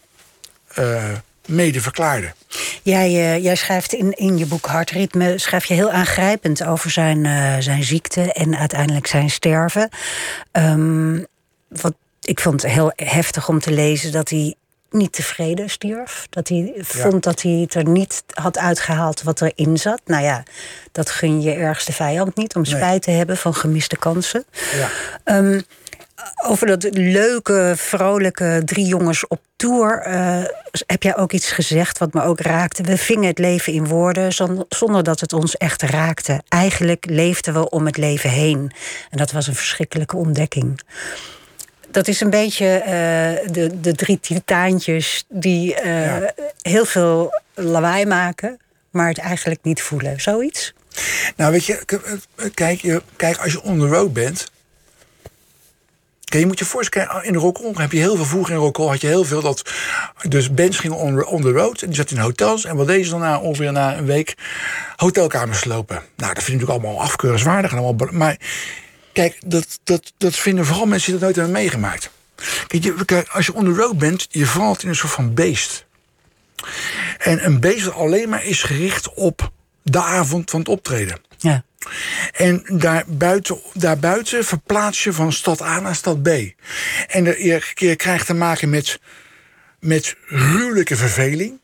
mede verklaarde. Jij schrijft in je boek Hartritme... schrijf je heel aangrijpend over zijn ziekte... en uiteindelijk zijn sterven. Wat ik vond het heel heftig om te lezen... dat hij niet tevreden stierf. Dat hij vond dat hij het er niet had uitgehaald wat erin zat. Nou ja, dat gun je ergste vijand niet... om spijt te hebben van gemiste kansen. Ja. Over dat leuke, vrolijke 3 jongens op tour... heb jij ook iets gezegd wat me ook raakte. We vingen het leven in woorden zonder dat het ons echt raakte. Eigenlijk leefden we om het leven heen. En dat was een verschrikkelijke ontdekking. Dat is een beetje de 3 titaantjes die heel veel lawaai maken... maar het eigenlijk niet voelen. Zoiets? Nou, weet je, kijk als je on the road bent... Kijk, je moet je voorstellen, in de rock'n'roll heb je heel veel... Vroeger in rock'n'roll had je heel veel dat... Dus bands gingen on the road en die zaten in hotels... en wat deden ze dan ongeveer na een week? Hotelkamers slopen. Nou, dat vind ik natuurlijk allemaal afkeurenswaardig. Maar kijk, dat vinden vooral mensen die dat nooit hebben meegemaakt. Kijk, als je on the road bent, je valt in een soort van beest. En een beest dat alleen maar is gericht op de avond van het optreden. Ja. En daarbuiten verplaats je van stad A naar stad B. En je krijgt te maken met gruwelijke verveling.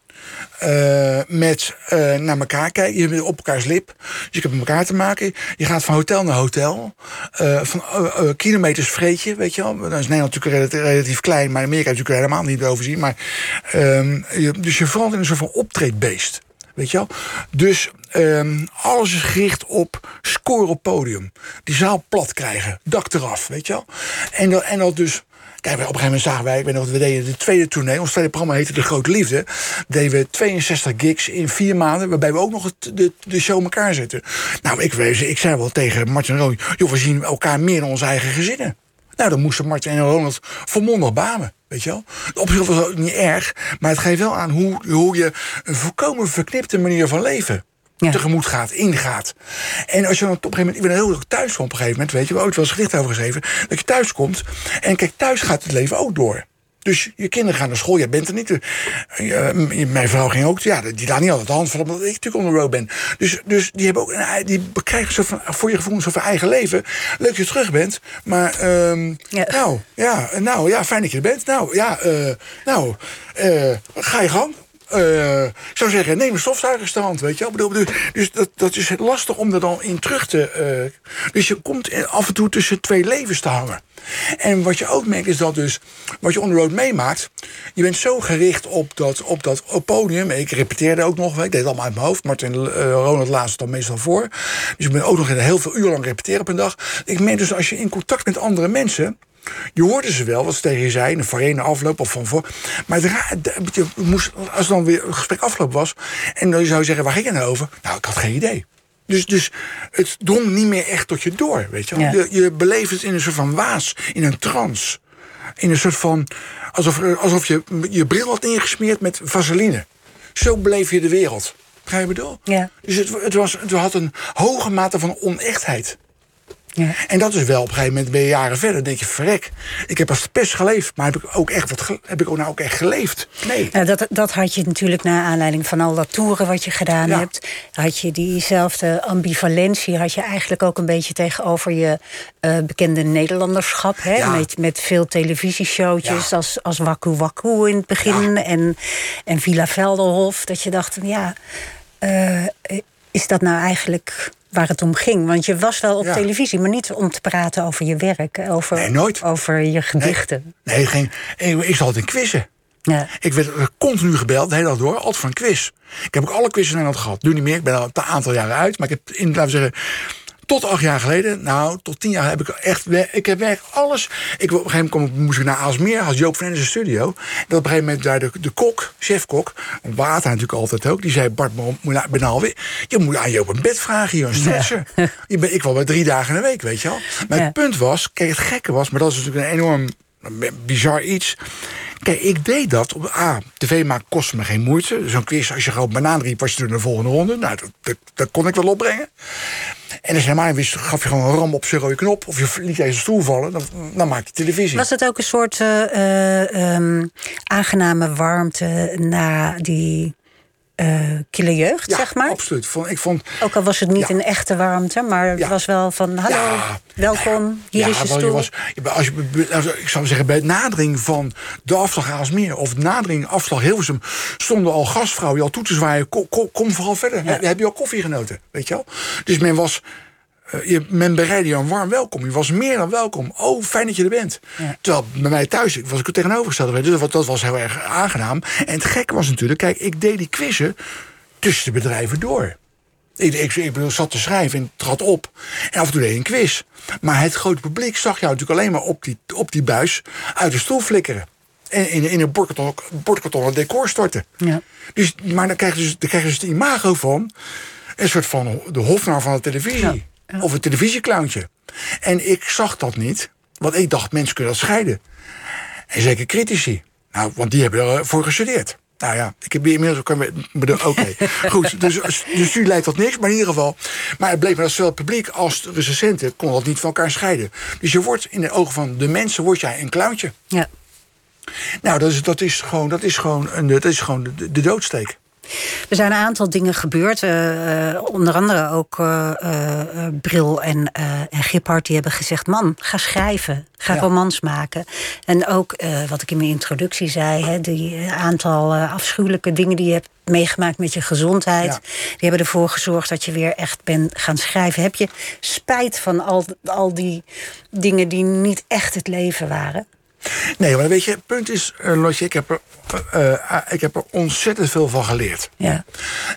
Met naar elkaar kijken. Je bent op elkaars lip. Dus je hebt met elkaar te maken. Je gaat van hotel naar hotel. Van kilometers vreet je, weet je wel. Dan is Nederland natuurlijk relatief klein. Maar Amerika is natuurlijk helemaal niet overzien. Maar, dus je valt in een soort van optreedbeest. Weet je wel? Dus alles is gericht op score op podium. Die zaal plat krijgen. Dak eraf, weet je wel? En dat dus... Kijk, op een gegeven moment zagen wij... Ik weet nog, we deden de tweede tournee. Ons tweede programma heette De Grote Liefde. Deden we 62 gigs in 4 maanden... waarbij we ook nog de show elkaar zetten. Nou, ik zei wel tegen Martin en Ronald... joh, we zien elkaar meer dan onze eigen gezinnen. Nou, dan moesten Martin en Ronald volmondig bamen. Weet je wel? Op zich was het niet erg, maar het geeft wel aan hoe je een volkomen verknipte manier van leven tegemoet gaat, ingaat. En als je dan op een gegeven moment... Ik ben heel thuis van op een gegeven moment, weet je, we hebben ooit wel eens gedicht over geschreven, dat je thuis komt en kijk, thuis gaat het leven ook door. Dus je kinderen gaan naar school, jij bent er niet. Mijn vrouw ging ook, die laat niet altijd de hand van omdat ik natuurlijk on the road ben. Dus die hebben ook, die krijgen zo van, voor je gevoel zo van eigen leven. Leuk dat je terug bent, maar fijn dat je er bent. Ga je gang. Ik zou zeggen, neem een stofzuigerstand, weet je wel. Dus dat is lastig om er dan in terug te... dus je komt af en toe tussen 2 levens te hangen. En wat je ook merkt is dat dus... Wat je on the road meemaakt... Je bent zo gericht op dat podium. Ik repeteerde ook nog. Ik deed het allemaal uit mijn hoofd. Martin Ronald laatst dan meestal voor. Dus ik ben ook nog heel veel uur lang repeteren op een dag. Ik merk dus als je in contact met andere mensen... Je hoorde ze wel, wat ze tegen je zeiden, voor een afloop of van voor. Maar als dan weer een gesprek afgelopen was... en dan zou je zeggen, waar ging het nou over? Nou, ik had geen idee. Dus het drong niet meer echt tot je door, weet je wel. Ja. Je beleeft het in een soort van waas, in een trance. In een soort van... Alsof je bril had ingesmeerd met vaseline. Zo beleef je de wereld. Ga je bedoel? Ja. Dus het had een hoge mate van onechtheid. Ja. En dat is wel, op een gegeven moment ben je jaren verder. Dan denk je, verrek, ik heb als de pest geleefd. Maar heb ik ook nou ook echt geleefd? Nee. Ja, dat had je natuurlijk naar aanleiding van al dat toeren wat je gedaan hebt. Had je diezelfde ambivalentie, had je eigenlijk ook een beetje tegenover je bekende Nederlanderschap. Hè? Ja. Met veel televisieshowtjes als Waku Waku in het begin en Villa Velderhof. Dat je dacht, is dat nou eigenlijk waar het om ging? Want je was wel op televisie, maar niet om te praten over je werk. Nooit. Over je gedichten. Nee, ik zat in quizzen. Ja. Ik werd continu gebeld, de hele dag door, altijd voor een quiz. Ik heb ook alle quiz in Nederland gehad. Nu niet meer, ik ben al een aantal jaren uit. Maar ik heb, laten we zeggen, tot 8 jaar geleden, tot 10 jaar heb ik echt... Ik heb werk alles. Op een gegeven moment moest ik naar Aalsmeer, had Joop van Ennis een studio. En dat op een gegeven moment daar de kok, chefkok, Water natuurlijk altijd ook, die zei, Bart, je moet aan Joop een bed vragen, hier een stretcher. Ja. Ik kwam bij 3 dagen in de week, weet je wel. Maar het punt was, kijk, het gekke was, maar dat is natuurlijk een enorm bizar iets. Kijk, ik deed dat op tv maken kostte me geen moeite. Zo'n quiz, als je gewoon banaan riep, was je door de volgende ronde. Nou, dat kon ik wel opbrengen. En als je helemaal wist, gaf je gewoon een ram op zo'n rode knop, of je liet deze stoel vallen, dan maak je televisie. Was het ook een soort aangename warmte na die kille jeugd, zeg maar? Absoluut. Ook al was het niet een echte warmte, maar het was wel van, hallo, welkom, hier is je stoel. Ik zou zeggen, bij het nadering van de afslag Aalsmeer of nadering afslag Hilversum stonden al gastvrouwen die al toe te zwaaien, kom vooral verder. Ja. Heb je al koffie genoten, weet je wel? Dus men bereidde je een warm welkom. Je was meer dan welkom. Oh, fijn dat je er bent. Ja. Terwijl bij mij thuis was ik het tegenovergestelde. Dus dat was heel erg aangenaam. En het gekke was natuurlijk, kijk, ik deed die quizzen tussen de bedrijven door. Ik zat te schrijven en trad op. En af en toe deed je een quiz. Maar het grote publiek zag jou natuurlijk alleen maar op die buis uit de stoel flikkeren. En in een bordkartonnen decor storten. Ja. Maar dan krijg je dus het imago van een soort van de hofnar van de televisie. Ja. Ja. Of een televisieclowntje. En ik zag dat niet. Want ik dacht, mensen kunnen dat scheiden. En zeker critici. Nou, want die hebben ervoor gestudeerd. Nou ja, ik heb inmiddels oké. Goed, dus de studie leidt tot niks, maar in ieder geval. Maar het bleek dat zowel het publiek als de recensenten kon dat niet van elkaar scheiden. Dus je wordt in de ogen van de mensen word jij een clowntje. Ja. Nou, dat is gewoon de doodsteek. Er zijn een aantal dingen gebeurd. Onder andere ook Bril en Giphart die hebben gezegd, man, ga schrijven. Ga romans maken. En ook, wat ik in mijn introductie zei, die aantal afschuwelijke dingen die je hebt meegemaakt met je gezondheid. Ja. Die hebben ervoor gezorgd dat je weer echt bent gaan schrijven. Heb je spijt van al die dingen die niet echt het leven waren? Nee, maar weet je, het punt is, Lotje, ik heb er ontzettend veel van geleerd. Ja.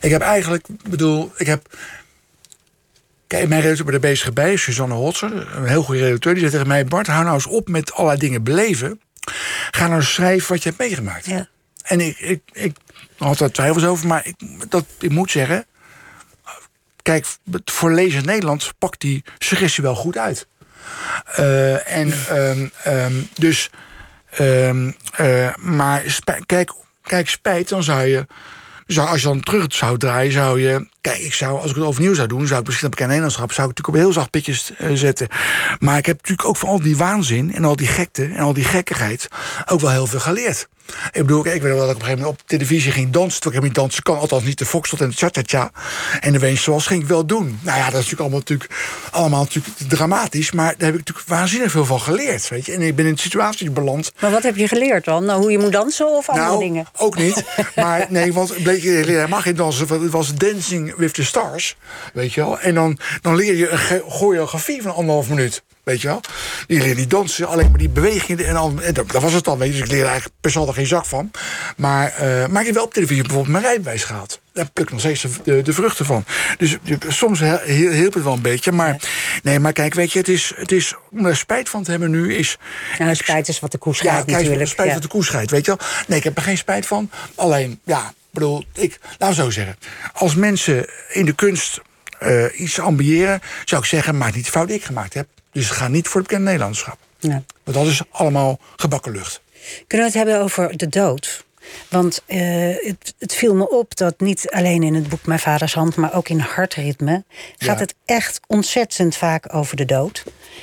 Kijk, mijn redacteur bij de Bezige Bij, Suzanne Hotzer, een heel goede redacteur, die zei tegen mij, Bart, hou nou eens op met allerlei dingen beleven. Ga nou eens schrijven wat je hebt meegemaakt. Ja. En ik had daar twijfels over, maar ik moet zeggen, kijk, voor Lezen Nederland pakt die suggestie wel goed uit. Maar spijt, dan zou je, als je dan terug zou draaien, zou je, kijk, als ik het overnieuw zou doen, zou ik misschien op bekend Nederlandschap, zou ik natuurlijk op heel zacht pitjes zetten. Maar ik heb natuurlijk ook van al die waanzin en al die gekte en al die gekkigheid ook wel heel veel geleerd. Ik bedoel, ik weet wel dat ik op een gegeven moment op televisie ging dansen. Toen ik niet dansen kan, althans niet de foxtrot en de cha-cha-cha. En de Weens zoals ging ik wel doen. Nou ja, dat is natuurlijk allemaal dramatisch. Maar daar heb ik natuurlijk waanzinnig veel van geleerd. Weet je? En ik ben in een situatie beland. Maar wat heb je geleerd dan? Nou, hoe je moet dansen of andere dingen? Ook niet. Maar nee, want je mag geen dansen. Het was Dancing with the Stars. Weet je wel? En dan leer je een choreografie van 1,5 minuut. Weet je wel? Je leert niet dansen, alleen maar die bewegingen. En dat was het dan, weet je. Dus ik leerde eigenlijk per saldo geen zak van. Maar ik heb wel op televisie bijvoorbeeld mijn rijbewijs gehaald. Daar pluk ik nog steeds de vruchten van. Dus soms hielp het wel een beetje. Maar nee, maar kijk, weet je, het is om er spijt van te hebben nu is. Nou, spijt is wat de koe scheidt natuurlijk. Spijt wat de koe scheidt, weet je wel. Nee, ik heb er geen spijt van. Alleen, ja, bedoel, laat me zo zeggen. Als mensen in de kunst iets ambiëren, zou ik zeggen, maak niet de fout die ik gemaakt heb. Dus ga niet voor het bekende Nederlandschap. Ja. Want dat is allemaal gebakken lucht. Kunnen we het hebben over de dood? Want het viel me op dat niet alleen in het boek Mijn Vaders Hand, maar ook in Hartritme gaat het echt ontzettend vaak over de dood.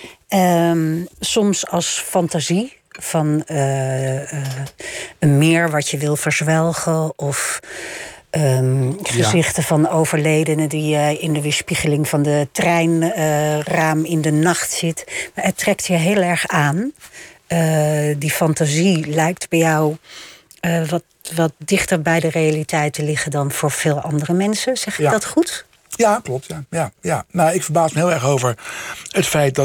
Soms als fantasie van een meer wat je wil verzwelgen, of gezichten van overledenen die je in de weerspiegeling van de treinraam in de nacht ziet. Maar het trekt je heel erg aan. Die fantasie lijkt bij jou wat dichter bij de realiteit te liggen dan voor veel andere mensen. Zeg ik dat goed? Ja, klopt. Ja. Nou, ik verbaas me heel erg over het feit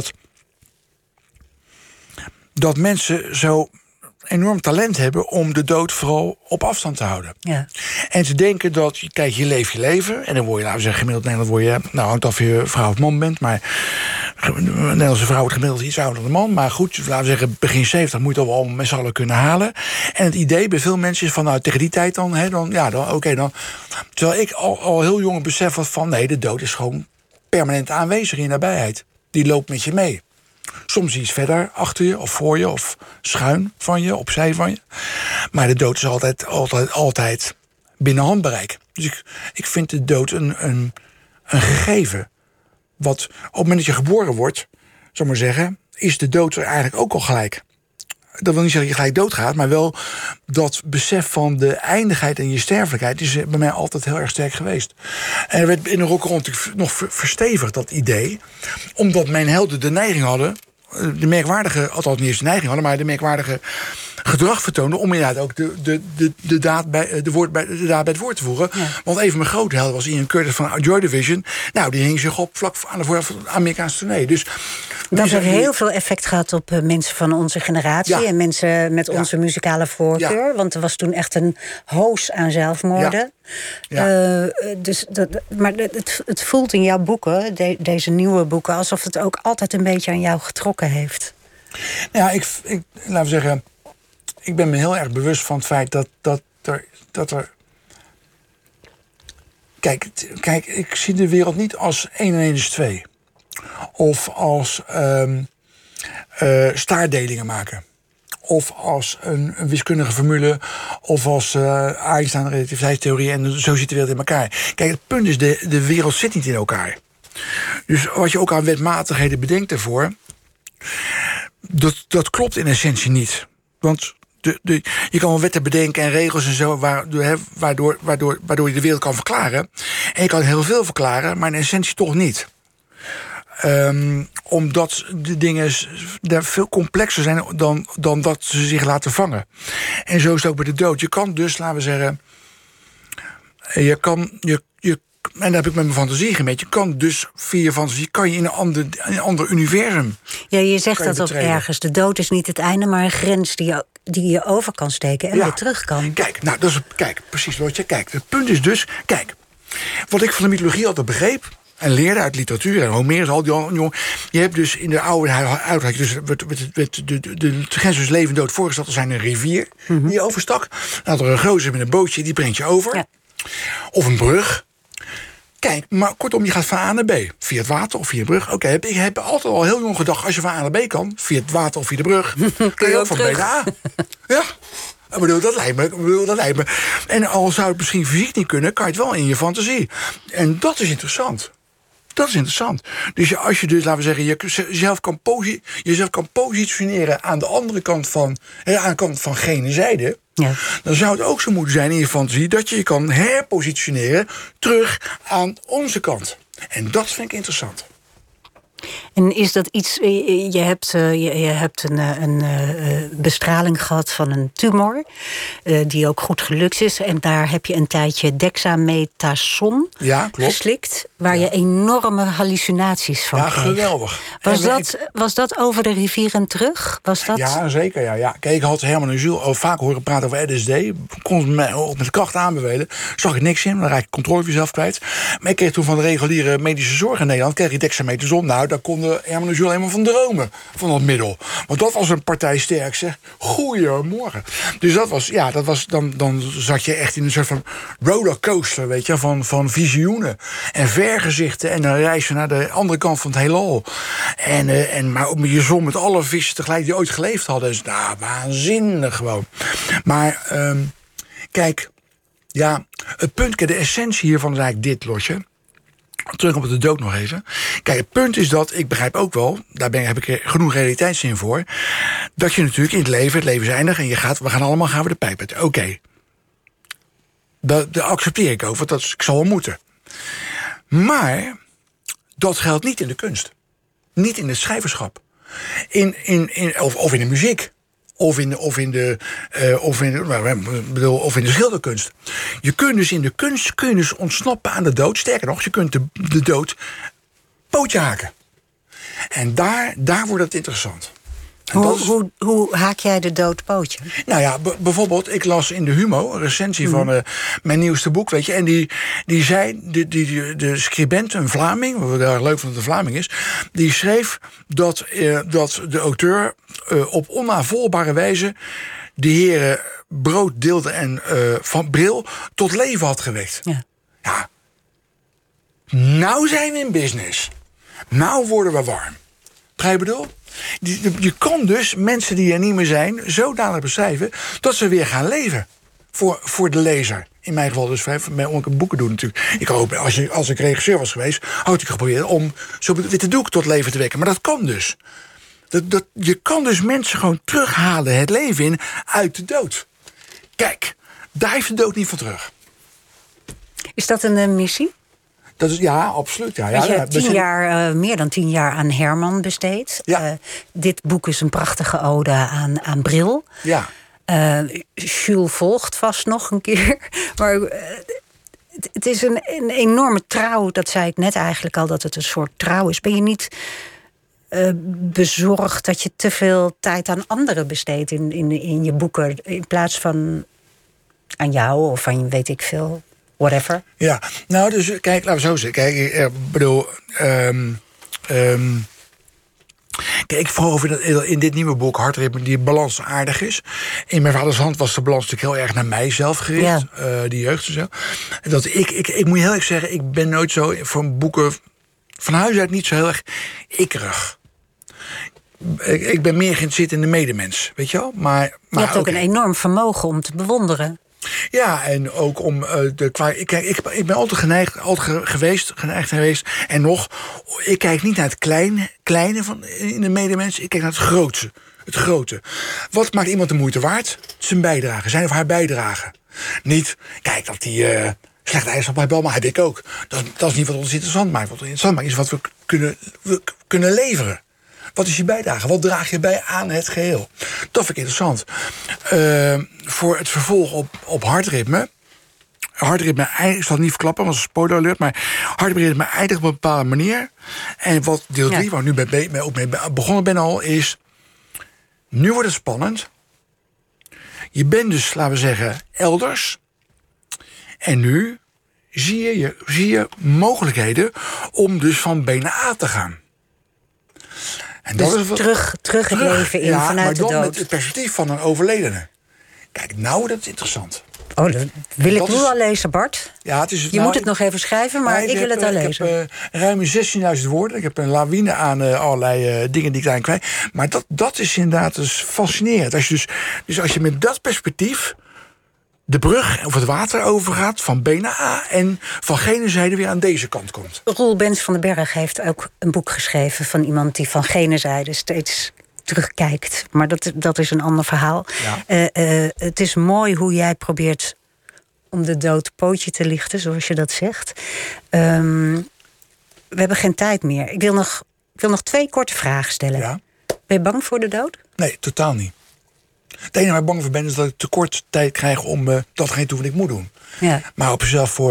dat mensen zo enorm talent hebben om de dood vooral op afstand te houden. Ja. En te denken dat, kijk, je leeft je leven en dan word je, laten we zeggen, gemiddeld Nederland word je, nou, hangt af of je vrouw of man bent, maar een Nederlandse vrouw wordt gemiddeld iets ouder dan een man, maar goed, laten we zeggen, begin 70 moet je het al met z'n allen kunnen halen. En het idee bij veel mensen is van, nou, tegen die tijd dan, dan. Terwijl ik al heel jong besef had van, nee, de dood is gewoon permanent aanwezig in je nabijheid. Die loopt met je mee. Soms iets verder, achter je, of voor je, of schuin van je, opzij van je. Maar de dood is altijd binnen handbereik. Dus ik vind de dood een gegeven. Wat op het moment dat je geboren wordt, zal maar zeggen, is de dood er eigenlijk ook al gelijk. Dat wil niet zeggen dat je gelijk doodgaat, maar wel dat besef van de eindigheid en je sterfelijkheid is bij mij altijd heel erg sterk geweest. En er werd in de rock'n'roll natuurlijk nog verstevigd, dat idee. Omdat mijn helden de neiging hadden, de merkwaardige, althans niet eens de neiging hadden, maar de merkwaardige gedrag vertoonden om inderdaad ook de daad bij het woord te voeren. Ja. Want een van mijn grote helden was Ian Curtis van Joy Division. Nou, die hing zich op vlak aan de vooraf van de Amerikaanse tournee. Dus dat heeft heel veel effect gehad op mensen van onze generatie en mensen met onze muzikale voorkeur. Ja. Want er was toen echt een hoos aan zelfmoorden. Ja. Maar het voelt in jouw boeken, deze nieuwe boeken, alsof het ook altijd een beetje aan jou getrokken heeft. Ja, laten we zeggen, ik ben me heel erg bewust van het feit dat er Kijk, ik zie de wereld niet als 1 en 1 is 2. Of als staardelingen maken. Of als een wiskundige formule. Of als Einstein relativiteitstheorie. En zo zit de wereld in elkaar. Kijk, het punt is, de wereld zit niet in elkaar. Dus wat je ook aan wetmatigheden bedenkt ervoor, dat klopt in essentie niet. Want je kan wel wetten bedenken en regels en zo, waardoor je de wereld kan verklaren. En je kan heel veel verklaren, maar in essentie toch niet. Omdat de dingen daar veel complexer zijn dan dat ze zich laten vangen. En zo is het ook bij de dood. Je kan dus, laten we zeggen, en dat heb ik met mijn fantasie gemet. Je kan dus via je fantasie kan je in een ander universum. Ja, je zegt dat ook ergens. De dood is niet het einde, maar een grens die je over kan steken en weer terug kan. Kijk, precies wat je kijkt. Het punt is dus, kijk, wat ik van de mythologie altijd begreep en leerde uit literatuur en Homerus, al die jongen. Je hebt dus in de oude oudheid dus de grens tussen leven en dood voorgesteld. Er zijn een rivier die je overstak. Dan had er een gozer met een bootje, die brengt je over. Ja. Of een brug. Kijk, maar kortom, je gaat van A naar B. Via het water of via de brug. Oké, ik heb altijd al heel jong gedacht, als je van A naar B kan, via het water of via de brug, kun je ook van B naar A. Ja. Ik bedoel, dat lijkt me. En al zou het misschien fysiek niet kunnen, kan je het wel in je fantasie. En dat is interessant. Dus als je dus, laten we zeggen, jezelf kan positioneren aan de andere kant van gene zijde, ja, dan zou het ook zo moeten zijn in je fantasie dat je je kan herpositioneren terug aan onze kant. En dat vind ik interessant. En is dat iets, je hebt een bestraling gehad van een tumor, die ook goed gelukt is. En daar heb je een tijdje dexamethason geslikt, waar je enorme hallucinaties van kreeg. Geweldig. Was dat over de rivier en terug? Was dat? Ja, zeker. Ja. Kijk, ik had Herman en Jules al vaak horen praten over LSD. Kon ze mij ook met kracht aanbevelen. Zag ik niks in, dan raak ik controle van jezelf kwijt. Maar ik kreeg toen van de reguliere medische zorg in Nederland, kreeg ik dexamethason. Nou, daar konden Herman en Jules helemaal van dromen, van dat middel. Want dat was een partij sterk, zeg. Goeiemorgen. Dus dan zat je echt in een soort van rollercoaster, weet je, van visioenen en vergezichten. En dan reis je naar de andere kant van het heelal. Maar je zon met alle vissen tegelijk die ooit geleefd hadden. Dus waanzinnig gewoon. Maar Kijk, ja, het punt, de essentie hiervan is eigenlijk dit, Lotje. Terug op de dood nog even. Kijk, het punt is dat, ik begrijp ook wel, heb ik er genoeg realiteitszin voor, dat je natuurlijk in het leven is eindig en we gaan allemaal de pijp uit. Oké. Dat accepteer ik ook, want ik zal wel moeten. Maar dat geldt niet in de kunst. Niet in het schrijverschap. Of in de muziek. Of in de schilderkunst. Je kunt dus in de kunst ontsnappen aan de dood. Sterker nog, je kunt de dood pootje haken. En daar wordt het interessant. Hoe haak jij de dood pootje? Nou ja, bijvoorbeeld, ik las in de Humo een recensie van mijn nieuwste boek, weet je. En die zei, de scribent, een Vlaming, wat heel erg leuk van dat de Vlaming is, die schreef dat de auteur op onnavolgbare wijze de heren Brood, Deelde en Van Bril tot leven had gewekt. Ja. Nou zijn we in business. Nou worden we warm. Begrijp je bedoel? Je kan dus mensen die er niet meer zijn zodanig beschrijven dat ze weer gaan leven voor de lezer. In mijn geval dus omdat ik boeken doe natuurlijk. Ik hoop, als ik regisseur was geweest, had ik geprobeerd om zo Witte Doek tot leven te wekken. Maar dat kan dus. Je kan dus mensen gewoon terughalen het leven in uit de dood. Kijk, daar heeft de dood niet van terug. Is dat een missie? Dat is, ja, absoluut. Ja, je hebt meer dan 10 jaar aan Herman besteed. Ja. Dit boek is een prachtige ode aan Bril. Ja. Jules volgt vast nog een keer. Maar het is een enorme trouw. Dat zei ik net eigenlijk al, dat het een soort trouw is. Ben je niet bezorgd dat je te veel tijd aan anderen besteedt in je boeken, in plaats van aan jou of aan weet ik veel, whatever? Ja, nou dus kijk, laten we zo zeggen. Kijk, ik bedoel, kijk, vooral over in dit nieuwe boek Hartritme die balans aardig is. In Mijn Vaders Hand was de balans natuurlijk heel erg naar mijzelf gericht. Ja. Die jeugd en zo. Dat ik moet je heel erg zeggen, ik ben nooit zo voor boeken van huis uit niet zo heel erg ikkerig. Ik ben meer geïnteresseerd in de medemens, weet je wel? Maar je hebt ook een enorm vermogen om te bewonderen. Ja, en ook om ik ben altijd geneigd geweest. En nog, ik kijk niet naar het kleine van in de medemens. Ik kijk naar het grote. Wat maakt iemand de moeite waard? Zijn bijdrage, zijn of haar bijdrage. Niet, kijk, dat die slecht ijs op mij bel, maar heb ik ook. Dat is niet wat ons interessant maakt. Wat ons interessant maakt is wat we kunnen leveren. Wat is je bijdrage? Wat draag je bij aan het geheel? Dat vind ik interessant. Voor het vervolg op Hartritme. Hartritme, ik zal het niet verklappen, want het is een spoiler alert. Maar Hartritme eindigt op een bepaalde manier. En wat deel 3, waar ik nu ook mee begonnen ben al, is... Nu wordt het spannend. Je bent dus, laten we zeggen, elders. En nu zie je mogelijkheden om dus van B naar A te gaan. En dus dat is terug het leven in, vanuit de dood. Maar dan met het perspectief van een overledene. Kijk, nou, dat is interessant. Oh, dat wil ik nu al lezen, Bart. Ja, het is, je moet het nog even schrijven, maar ik wil het al lezen. Ik heb ruim 16.000 woorden. Ik heb een lawine aan allerlei dingen die ik daarin kwijt. Maar dat is inderdaad dus fascinerend. Als je dus als je met dat perspectief de brug of het water overgaat van B naar A... en van gene zijde weer aan deze kant komt. Roel Bens van den Berg heeft ook een boek geschreven... van iemand die van gene zijde steeds terugkijkt. Maar dat is een ander verhaal. Ja. Het is mooi hoe jij probeert om de dood pootje te lichten, zoals je dat zegt. We hebben geen tijd meer. Ik wil nog 2 korte vragen stellen. Ja? Ben je bang voor de dood? Nee, totaal niet. Het enige waar ik bang voor ben is dat ik te kort tijd krijg om datgene te doen wat ik moet doen. Ja. Maar op jezelf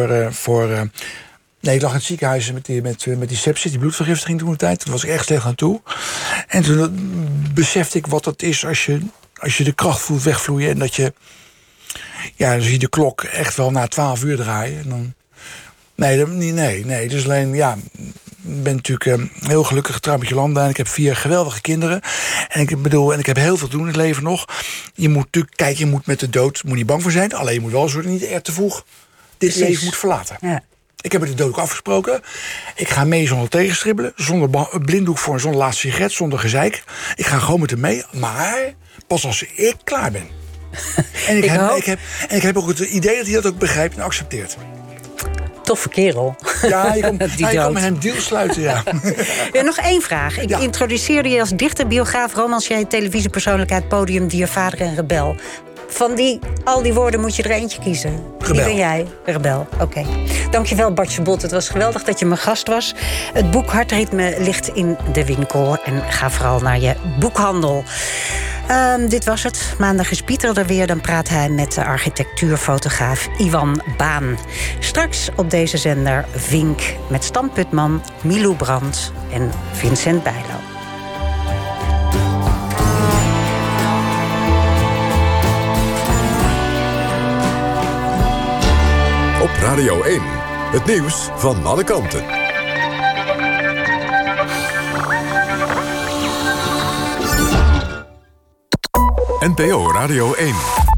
nee, ik lag in het ziekenhuis met die sepsis, die bloedvergiftiging toen de tijd. Toen was ik echt slecht aan toe. En toen besefte ik wat het is als je de kracht voelt wegvloeien. En dat je, ja, dan zie je de klok echt wel na 12 uur draaien. En dan, nee. Dus alleen, ja, ik ben natuurlijk heel gelukkig getrouwd met Jolanda. En ik heb 4 geweldige kinderen. En ik heb heel veel te doen in het leven nog. Je moet natuurlijk, kijk, je moet met de dood niet bang voor zijn. Alleen je moet wel zorgen dat je niet te vroeg dit leven moet verlaten. Ja. Ik heb met de dood ook afgesproken. Ik ga mee zonder tegenstribbelen. Zonder blinddoek voor en zonder laatste sigaret. Zonder gezeik. Ik ga gewoon met hem mee. Maar pas als ik klaar ben. En ik heb ook het idee dat hij dat ook begrijpt en accepteert. Toffe kerel. Ja, je kan met hem deal sluiten, ja. Ja, nog één vraag. Ik introduceerde je als dichter, biograaf, romancier, televisiepersoonlijkheid, podiumdier, vader en rebel. Van al die woorden moet je er eentje kiezen. Rebel. Wie ben jij? Rebel. Oké. Dankjewel, Bartje Bot. Het was geweldig dat je mijn gast was. Het boek Hartritme ligt in de winkel. En ga vooral naar je boekhandel. Dit was het. Maandag is Pieter er weer. Dan praat hij met de architectuurfotograaf Iwan Baan. Straks op deze zender Vink met Stan Putman, Milou Brandt en Vincent Bijlo. Op Radio 1, het nieuws van alle kanten. NPO Radio 1.